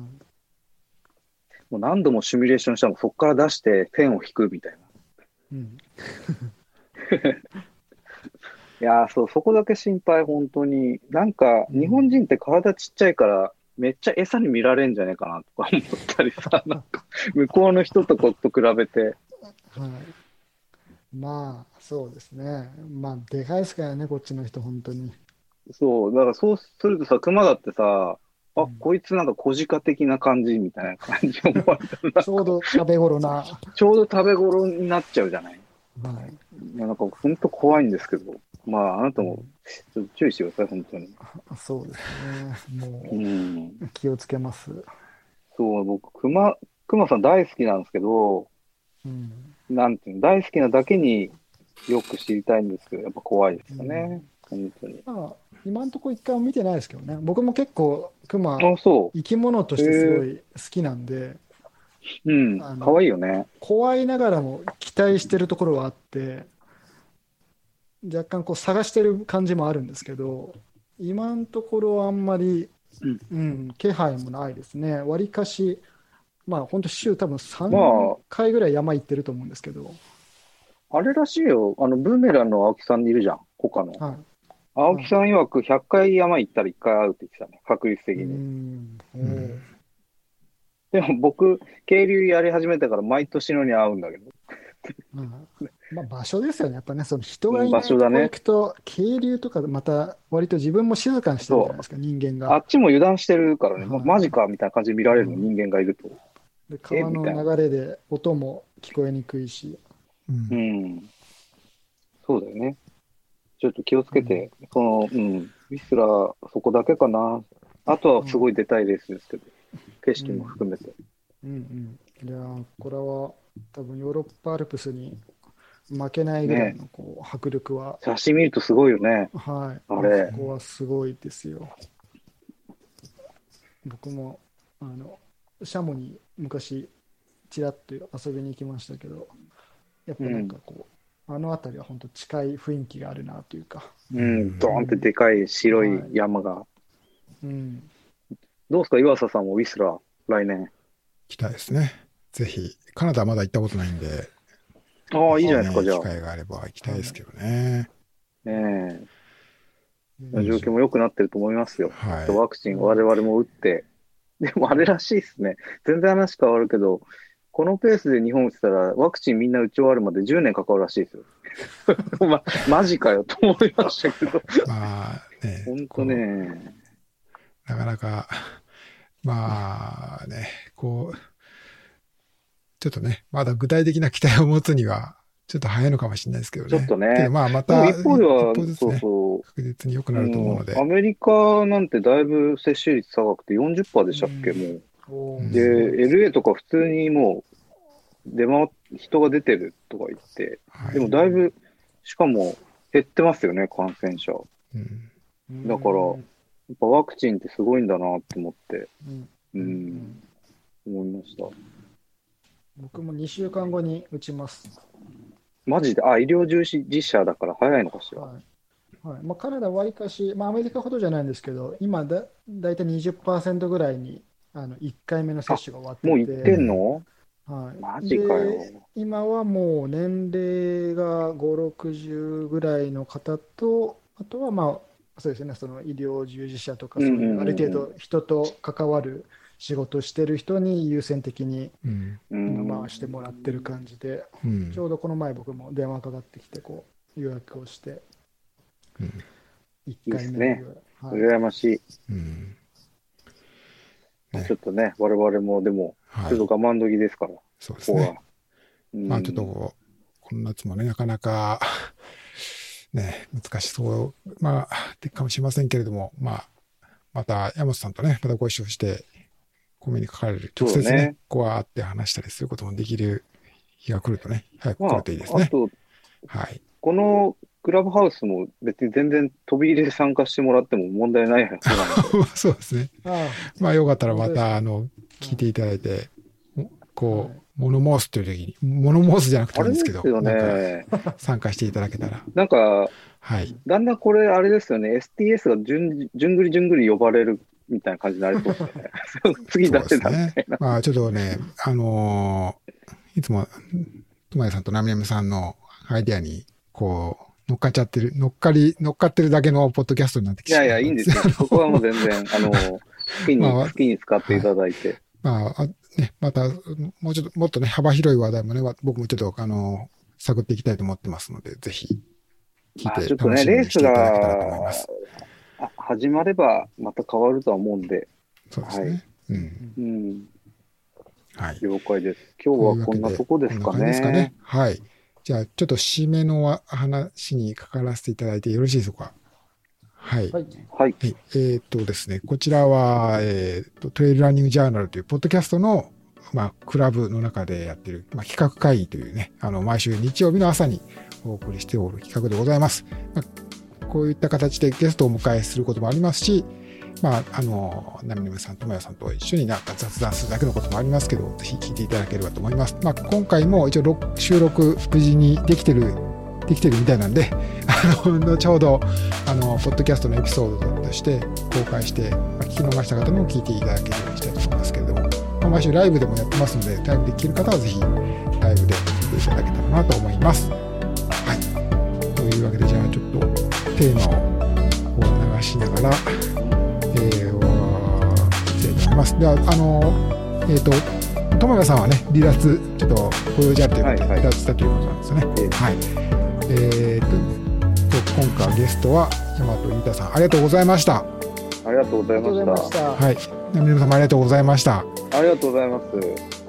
もう何度もシミュレーションしたらそこから出してペンを引くみたいな。いやそこだけ心配、本当に。なんか、日本人って体ちっちゃいから、めっちゃ餌に見られんじゃねえかなとか思ったりさ、なんか、向こうの人と比べて。 そうですね。でかいですからね、こっちの人、本当に。 そう、だからそうするとさ、熊だってさ、こいつなんか小鹿的な感じみたいな感じ思われたちょうど食べ頃な。 ちょうど食べ頃になっちゃうじゃない。なんか本当怖いんですけど、あなたもちょっと注意してください、本当に。 そうですね。もう、気をつけます。 そう、僕、熊さん大好きなんですけど、なんていうの、大好きなだけによく知りたいんですけど、やっぱ怖いですよね。本当に。 今のところ一回も見てないですけどね。僕も結構、熊、 生き物としてすごい好きなんで、 かわいいよね。 怖いながらも期待してるところはあって、若干探してる感じもあるんですけど、今のところあんまり、気配もないですね。わりかしまあ本当週多分3回ぐらい山行ってると思うんですけど。 あれらしいよ。ブーメランの青木さんいるじゃん。他の。 はい。 青木さん曰く100回山行ったら1回会うって言ってたね。確率的に。でも僕、渓流やり始めたから毎年のに会うんだけど。 まあ場所ですよね。やっぱね、その人がいないとこ行くと、渓流とかまた割と自分も静かにしてるじゃないですか、人間が。 あっちも油断してるからね。マジかみたいな感じで見られるの、人間がいると。 で川の流れで音も聞こえにくいし。 そうだよね。ちょっと気をつけて、ウィスラー、そこだけかな。あとはすごい出たいレースですけど、景色も含めて。 いやこれは多分ヨーロッパアルプスに負けないぐらいの迫力は。 写真見るとすごいよね。 はい。 あれ。 ここはすごいですよ。僕も、シャモに昔、ちらっと遊びに行きましたけど、やっぱなんかあの辺りは本当近い雰囲気があるなというか。 ドーンってでかい白い山が。どうですか、岩佐さんもウィスラー、来年。 行きたいですね。ぜひ。カナダはまだ行ったことないんで。 ああ、いいじゃないですか、じゃあ。 機会があれば行きたいですけどね。 状況も良くなってると思いますよ。ワクチン我々も打って。でもあれらしいですね。全然話変わるけど、このペースで日本打ってたら、ワクチンみんな打ち終わるまで10年かかるらしいですよ。マジかよと思いましたけど。 まあね。 本当ね。 なかなか、まあね、ちょっとね、まだ具体的な期待を持つには、ちょっと早いのかもしれないですけどね。 ちょっとね。けどまあまた、 一方では、 確実に良くなると思うので。 アメリカなんてだいぶ接種率高くて 40% でしたっけ、もう。で、LA とか普通にもう、人が出てるとか言って、でもだいぶ、しかも減ってますよね、感染者。だから、やっぱワクチンってすごいんだなって思って、思いました。 僕も2週間後に打ちます。 マジで？医療従事者だから早いのかしら。 カナダはわりかし、アメリカほどじゃないんですけど、今だいたい 20% ぐらいに1回目の接種が終わってて。 もう行ってんの？ マジかよ。今はもう年齢が5、60ぐらいの方と、あとはそうですね、その医療従事者とか、そういうある程度人と関わる仕事してる人に優先的に回してもらってる感じで、ちょうどこの前僕も電話かかってきて予約をして、1回目ね、羨ましい。ちょっとね、我々もでも、ちょっと我慢時ですから。 そうですね。まあちょっとこの夏もね、なかなかね、難しそう、でかもしれませんけれども、また山本さんとね、またご一緒して、コメに書かれる、直接ね、会って話したりすることもできる日が来るとね、早く来るといいですね。 あと、このクラブハウスも別に全然飛び入れで参加してもらっても問題ないはずなので。 そうですね。よかったらまた、聞いていただいて、物申すという時に、物申すじゃなくていいんですけど、参加していただけたら。 だんだんこれ、あれですよね、STS がじゅんぐり呼ばれるみたいな感じになりそうですね。次出せたみたいな。 ちょっとね、いつも、とまやさんとなみやみさんのアイデアに、乗っかってるだけのポッドキャストになってきて。 いや、いいんですよ。そこはもう全然、好きに使っていただいて。 また、もっとね、幅広い話題もね、僕もちょっと、探っていきたいと思ってますので、ぜひ、聞いて楽しみにしていただけたらと思います。 始まれば、また変わるとは思うんで。 そうですね。 了解です。今日はこんなとこですかね。 はい。じゃあ、ちょっと締めの話にかからせていただいてよろしいでしょうか。はい。ですね、こちらは、トレイルランニングジャーナルというポッドキャストの、クラブの中でやっている、企画会議というね、毎週日曜日の朝にお送りしておる企画でございます。こういった形でゲストをお迎えすることもありますし、なみなみさんとまやさんと一緒に雑談するだけのこともありますけど、ぜひ聞いていただければと思います。今回も一応収録無事にできてるみたいなんで、後ほど、ポッドキャストのエピソードとして公開して、聞き逃した方にも聞いていただけるようにしたいと思いますけれども、 毎週ライブでもやってますので、ライブで聴ける方はぜひライブで聴いていただけたらなと思います。はい。というわけで、じゃあちょっとテーマを流しながら、終わりたいと思います。では、友也さんはね、離脱、ちょっとご用事あるということで、離脱したということなんですよね。はい。今回ゲストは大和裕太さん、ありがとうございました。 ありがとうございました。 はい。皆様ありがとうございました。 ありがとうございます。